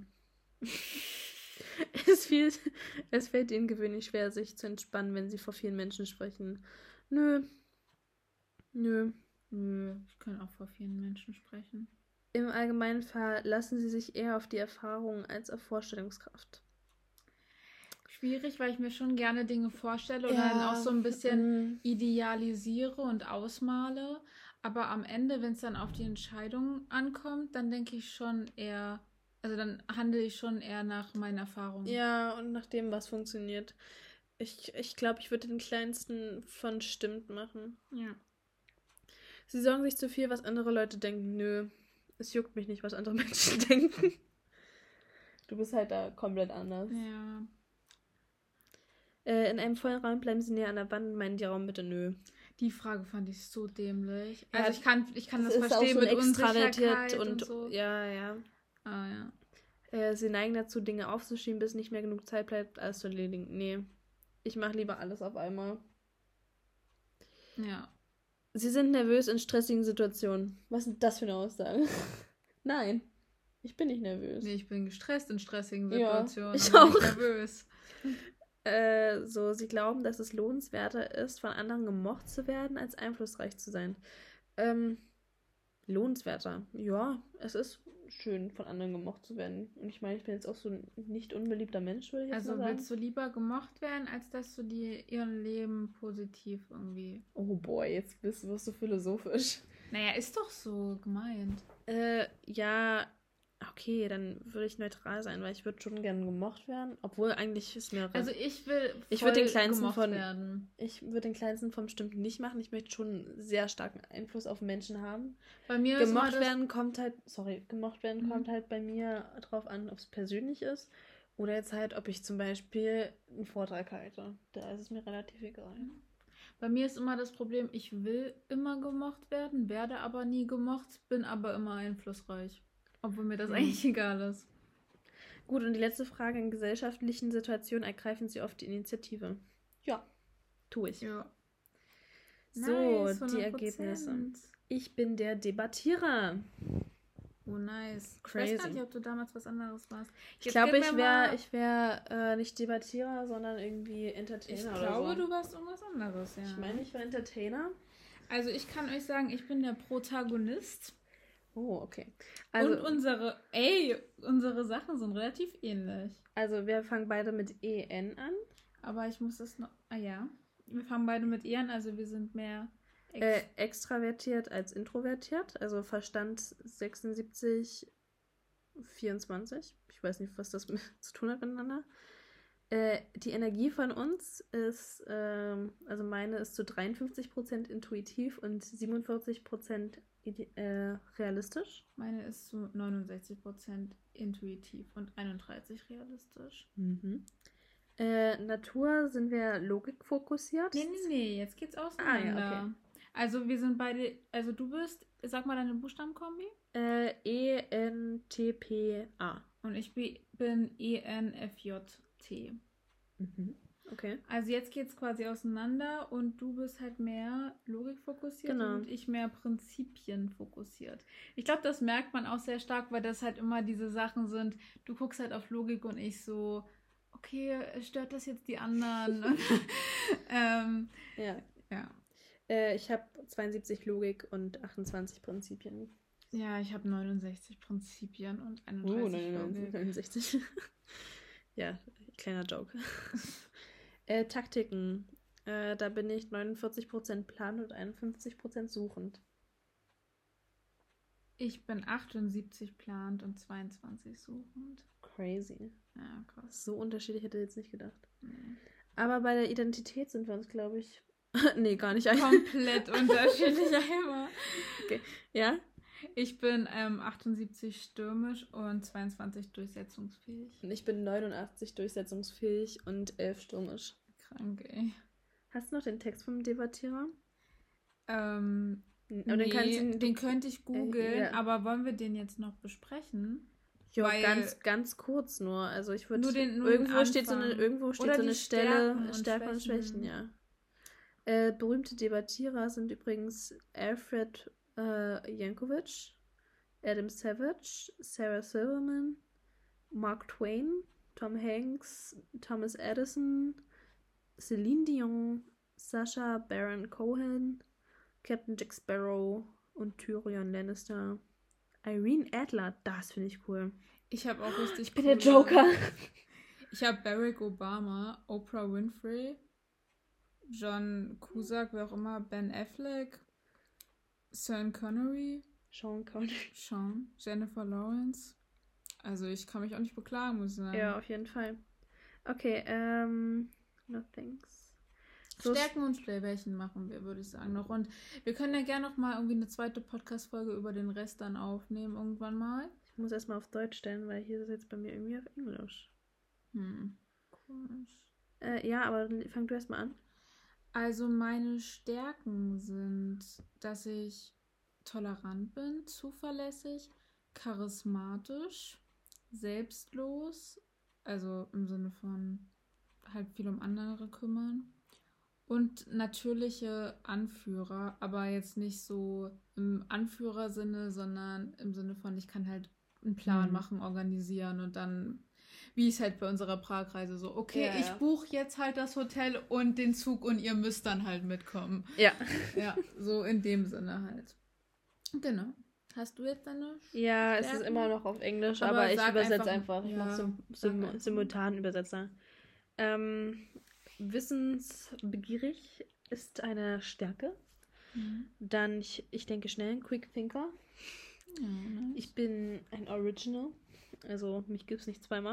Es, fiel, es fällt ihnen gewöhnlich schwer, sich zu entspannen, wenn sie vor vielen Menschen sprechen. Nö. Nö. Nö, ich kann auch vor vielen Menschen sprechen. Im allgemeinen verlassen sie sich eher auf die Erfahrung als auf Vorstellungskraft. Schwierig, weil ich mir schon gerne Dinge vorstelle oder ja. dann auch so ein bisschen mhm. idealisiere und ausmale. Aber am Ende, wenn es dann auf die Entscheidung ankommt, dann denke ich schon eher... Also dann handle ich schon eher nach meinen Erfahrungen. Ja, und nach dem, was funktioniert. Ich, ich glaube, ich würde den kleinsten von stimmt machen. Ja. Sie sorgen sich zu viel, was andere Leute denken. Nö, es juckt mich nicht, was andere Menschen denken. Du bist halt da komplett anders. Ja. Äh, in einem vollen Raum bleiben sie näher an der Wand und meinen die Raummitte. Nö. Die Frage fand ich so dämlich. Also ja, ich kann, ich kann das, das verstehen so mit Unsicherheit und, und so. Ja, ja. Ah, ja. Äh, sie neigen dazu, Dinge aufzuschieben, bis nicht mehr genug Zeit bleibt, alles zu erledigen. Nee, ich mache lieber alles auf einmal. Ja. Sie sind nervös in stressigen Situationen. Was ist das für eine Aussage? Nein, ich bin nicht nervös. Nee, ich bin gestresst in stressigen Situationen, ja, ich aber auch. nicht nervös. Äh, so, sie glauben, dass es lohnenswerter ist, von anderen gemocht zu werden, als einflussreich zu sein. Ähm, lohnenswerter. Ja, es ist schön, von anderen gemocht zu werden. Und ich meine, ich bin jetzt auch so ein nicht unbeliebter Mensch, würde ich jetzt Also mal sagen. willst du lieber gemocht werden, als dass du dir ihr Leben positiv irgendwie... Oh boy, jetzt bist, wirst du philosophisch. Naja, ist doch so gemeint. Äh, ja, okay, dann würde ich neutral sein, weil ich würde schon gerne gemocht werden. Obwohl eigentlich ist mir... Also ich will voll ich würde den kleinsten gemocht von werden. Ich würde den kleinsten vom Bestimmten nicht machen. Ich möchte schon einen sehr starken Einfluss auf Menschen haben. Bei mir gemocht ist das... werden kommt halt, sorry, gemocht werden Mhm. kommt halt bei mir drauf an, ob es persönlich ist oder jetzt halt, ob ich zum Beispiel einen Vortrag halte. Da ist es mir relativ egal. Bei mir ist immer das Problem, ich will immer gemocht werden, werde aber nie gemocht, bin aber immer einflussreich. Obwohl mir das Mhm. eigentlich egal ist. Gut, und die letzte Frage: In gesellschaftlichen Situationen ergreifen Sie oft die Initiative? Ja, tue ich. Ja. So, Nice, die hundert Ergebnisse. Prozent. Ich bin der Debattierer. Oh, nice. Crazy. Ich weiß gar nicht, ob du damals was anderes warst. Ich glaube, ich wäre ich wär, äh, nicht Debattierer, sondern irgendwie Entertainer Ich oder glaube, so. du warst irgendwas anderes, ja. Ich meine, ich war Entertainer. Also ich kann euch sagen, ich bin der Protagonist. Oh, okay. Also, und unsere, ey, unsere Sachen sind relativ ähnlich. Also wir fangen beide mit E N an. Aber ich muss es noch, ah ja. Wir fangen beide mit E an, also wir sind mehr... Ex Äh, extravertiert als introvertiert. Also Verstand sechsundsiebzig, vierundzwanzig. Ich weiß nicht, was das mit, zu tun hat miteinander. Äh, die Energie von uns ist, ähm, also meine ist zu dreiundfünfzig Prozent intuitiv und siebenundvierzig Prozent äh, realistisch. Meine ist zu neunundsechzig Prozent intuitiv und einunddreißig realistisch. Mhm. Äh, Natur sind wir logikfokussiert. Nee, nee, nee, jetzt geht's auseinander. Ah, ja, okay. Also wir sind beide, also du bist, sag mal deine Buchstabenkombi. Äh, E N T P A. Und ich bin E N F J T. Mhm. Okay. Also jetzt geht's quasi auseinander und du bist halt mehr logikfokussiert Genau. und ich mehr prinzipienfokussiert. Ich glaube, das merkt man auch sehr stark, weil das halt immer diese Sachen sind, du guckst halt auf Logik und ich so, okay, stört das jetzt die anderen? ähm, Ja. ja. Äh, ich habe zweiundsiebzig Logik und achtundzwanzig Prinzipien. Ja, ich habe neunundsechzig Prinzipien und Oh, einunddreißig Logik. neunundsechzig. Ja, kleiner Joke. äh, Taktiken. Äh, da bin ich neunundvierzig Prozent planend und einundfünfzig Prozent suchend. Ich bin achtundsiebzig plant und zweiundzwanzig suchend. Crazy. Ja, krass. So unterschiedlich hätte ich jetzt nicht gedacht. Nee. Aber bei der Identität sind wir uns, glaube ich... nee, gar nicht. Komplett unterschiedlich einmal. Okay. Ja? Ich bin ähm, achtundsiebzig stürmisch und zweiundzwanzig durchsetzungsfähig. Und ich bin neunundachtzig durchsetzungsfähig und elf stürmisch. Krank, ey. Hast du noch den Text vom Debattierer? Ähm, Aber nee, den, kannst du, den könnte ich googeln, äh, ja. aber wollen wir den jetzt noch besprechen? Ja, Weil- ganz, ganz kurz nur. Also ich würde Nur den- nur den irgendwo steht so eine, Anfang. irgendwo steht Oder so die eine Stelle Stärken und Stärken und Schwächen, Schwächen. ja. Äh, berühmte Debattierer sind übrigens Alfred äh, Jankovic, Adam Savage, Sarah Silverman, Mark Twain, Tom Hanks, Thomas Edison, Celine Dion, Sacha Baron Cohen, Captain Jack Sparrow und Tyrion Lannister. Irene Adler, das finde ich cool. Ich habe auch richtig Ich bin der coole- Joker. Ich habe Barack Obama, Oprah Winfrey, John Cusack, wer auch immer, Ben Affleck, Sean Connery, Sean Connery. Sean, Jennifer Lawrence. Also ich kann mich auch nicht beklagen, muss ich sagen. Ja, auf jeden Fall. Okay, ähm, no thanks. So, Stärken und Schwächen machen wir, würde ich sagen, noch. Und wir können ja gerne noch mal irgendwie eine zweite Podcast-Folge über den Rest dann aufnehmen, irgendwann mal. ich muss erstmal auf Deutsch stellen, weil hier ist es jetzt bei mir irgendwie auf Englisch. Hm, komisch. Äh, ja, aber dann fang du erstmal an. Also meine Stärken sind, dass ich tolerant bin, zuverlässig, charismatisch, selbstlos, also im Sinne von halt viel um andere kümmern und natürliche Anführer, aber jetzt nicht so im Anführersinne, sondern im Sinne von, ich kann halt einen Plan Mhm. machen, organisieren und dann, wie es halt bei unserer Pragreise so, okay, Ja, ich ja. buche jetzt halt das Hotel und den Zug und ihr müsst dann halt mitkommen. Ja. Ja, so in dem Sinne halt. Genau. Hast du jetzt deine Ja, es ist Stärken? immer noch auf Englisch, Aber aber, ich sag übersetze einfach- einfach. Ich ja, mache sim sag sim einfach. Simultanübersetzer. Ähm, wissensbegierig ist eine Stärke. Mhm. Dann, ich, ich denke schnell, ein Quick Thinker. Ja, nice. Ich bin ein Original. Also, mich gibt es nicht zweimal.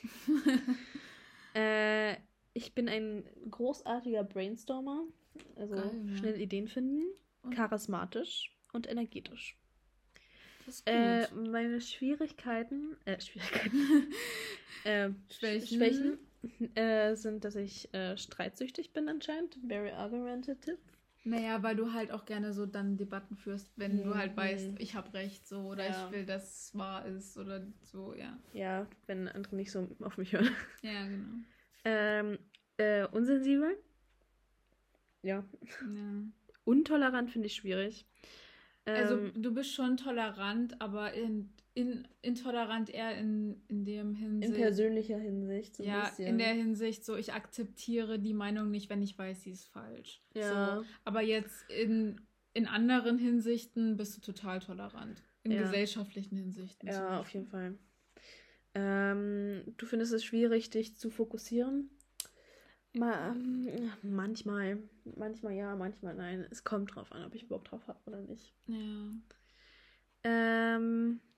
äh, ich bin ein großartiger Brainstormer. Also, Geil, ja. schnell Ideen finden. Und- Charismatisch und energetisch. Das ist gut. Äh, meine Schwierigkeiten, äh, Schwierigkeiten, äh, Schwächen. Schwächen, äh, sind, dass ich äh, streitsüchtig bin anscheinend. Very argumentative. Naja, weil du halt auch gerne so dann Debatten führst, wenn du halt Mhm. weißt, ich habe recht, so, oder Ja. ich will, dass es wahr ist, oder so, ja. Ja, wenn andere nicht so auf mich hören. Ja, genau. Ähm, äh, unsensibel. Ja. Ja. Untolerant finde ich schwierig. Also Ähm, du bist schon tolerant, aber in, in, intolerant eher in, in dem in Hinsicht. persönlicher Hinsicht so ein Ja, bisschen. in der Hinsicht so, ich akzeptiere die Meinung nicht, wenn ich weiß, sie ist falsch. Ja. So, aber jetzt in, in anderen Hinsichten bist du total tolerant. In Ja. gesellschaftlichen Hinsichten. zum Ja, auf Beispiel. jeden Fall. Ähm, du findest es schwierig, dich zu fokussieren? Ma ähm, manchmal. Manchmal ja, manchmal nein. Es kommt drauf an, ob ich Bock drauf habe oder nicht. Ja. Ähm,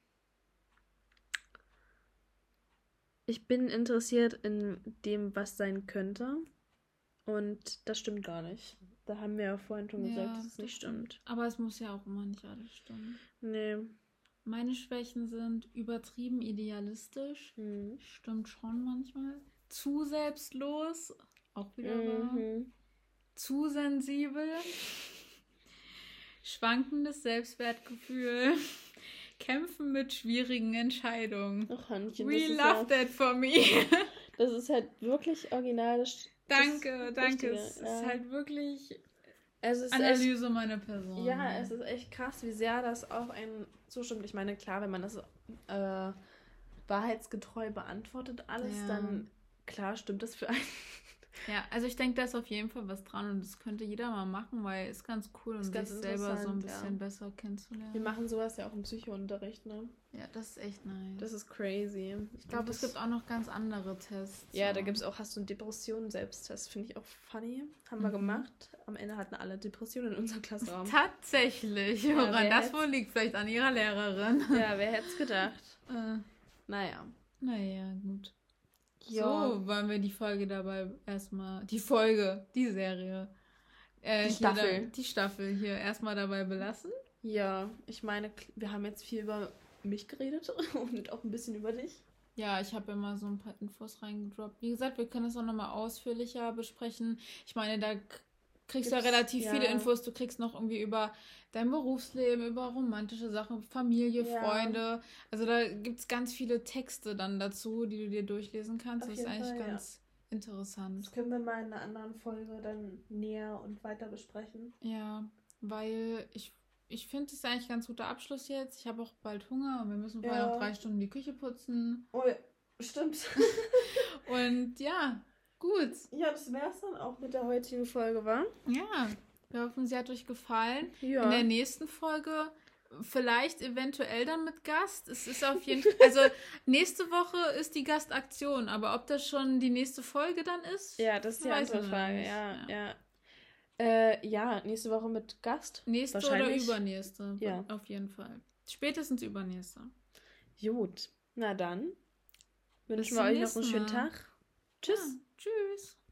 ich bin interessiert in dem, was sein könnte. Und das stimmt gar nicht. Da haben wir ja vorhin schon gesagt, Ja, dass es nicht stimmt. Aber es muss ja auch immer nicht alles stimmen. Nee. Meine Schwächen sind übertrieben idealistisch. Hm. Stimmt schon manchmal. Zu selbstlos. Auch wieder wahr. Mhm. Zu sensibel. Schwankendes Selbstwertgefühl. Kämpfen mit schwierigen Entscheidungen. Ach, Hannchen, We das ist love ja, that for me. das ist halt wirklich original. Das, Danke, das danke. Richtige, Es ja. ist halt wirklich Es ist echt, Analyse meiner Person. ja, es ist echt krass, wie sehr das auch einen zustimmt. Ich meine, klar, wenn man das äh, wahrheitsgetreu beantwortet alles, Ja. dann klar stimmt das für einen. Ja, also ich denke, da ist auf jeden Fall was dran und das könnte jeder mal machen, weil es ganz cool, um Ist ganz sich selber so ein interessant, bisschen ja. besser kennenzulernen. Wir machen sowas ja auch im Psychounterricht, ne? Ja, das ist echt nice. Das ist crazy. ich glaube, es gibt auch noch ganz andere Tests. Ja, so. da gibt es auch, hast du einen Depressionen-Selbsttest, finde ich auch funny. Haben wir Mhm. gemacht. Am Ende hatten alle Depressionen in unserem Klassraum. Tatsächlich. Ja, Woran wer das hätt's- wohl liegt? Vielleicht an ihrer Lehrerin. Ja, wer hätte es gedacht? äh, Naja. naja, gut. Ja. So, wollen wir die Folge dabei erstmal, die Folge, die Serie, äh, Die hier Staffel. Da, die Staffel hier erstmal dabei belassen. Ja, ich meine, wir haben jetzt viel über mich geredet und auch ein bisschen über dich. Ja, ich habe immer so ein paar Infos reingedroppt. Wie gesagt, wir können das auch nochmal ausführlicher besprechen. Ich meine, da k- kriegst du ja Gibt's- relativ ja. viele Infos. Du kriegst noch irgendwie über dein Berufsleben, über romantische Sachen, Familie, Ja. Freunde. Also da gibt es ganz viele Texte dann dazu, die du dir durchlesen kannst. Auf das ist jeden eigentlich Fall, ja. ganz interessant. Das können wir mal in einer anderen Folge dann näher und weiter besprechen. Ja, weil ich, ich finde, es ist eigentlich ein ganz guter Abschluss jetzt. Ich habe auch bald Hunger und wir müssen vorher Ja. noch drei Stunden die Küche putzen. Oh, stimmt. Und ja, gut. Ja, das wär's dann auch mit der heutigen Folge, wa? Ja, wir hoffen, sie hat euch gefallen. Ja. In der nächsten Folge vielleicht eventuell dann mit Gast. Es ist auf jeden Fall, also nächste Woche ist die Gastaktion, aber ob das schon die nächste Folge dann ist? Ja, das ist die weiß andere ich noch Frage. nicht. Ja, Ja. ja. Äh, ja, nächste Woche mit Gast. Nächste oder Wahrscheinlich. übernächste? Ja. Auf jeden Fall. Spätestens übernächste. Gut. Na dann Bis wünschen zum wir euch noch einen nächsten schönen Mal. Tag. Tschüss. Ja, tschüss.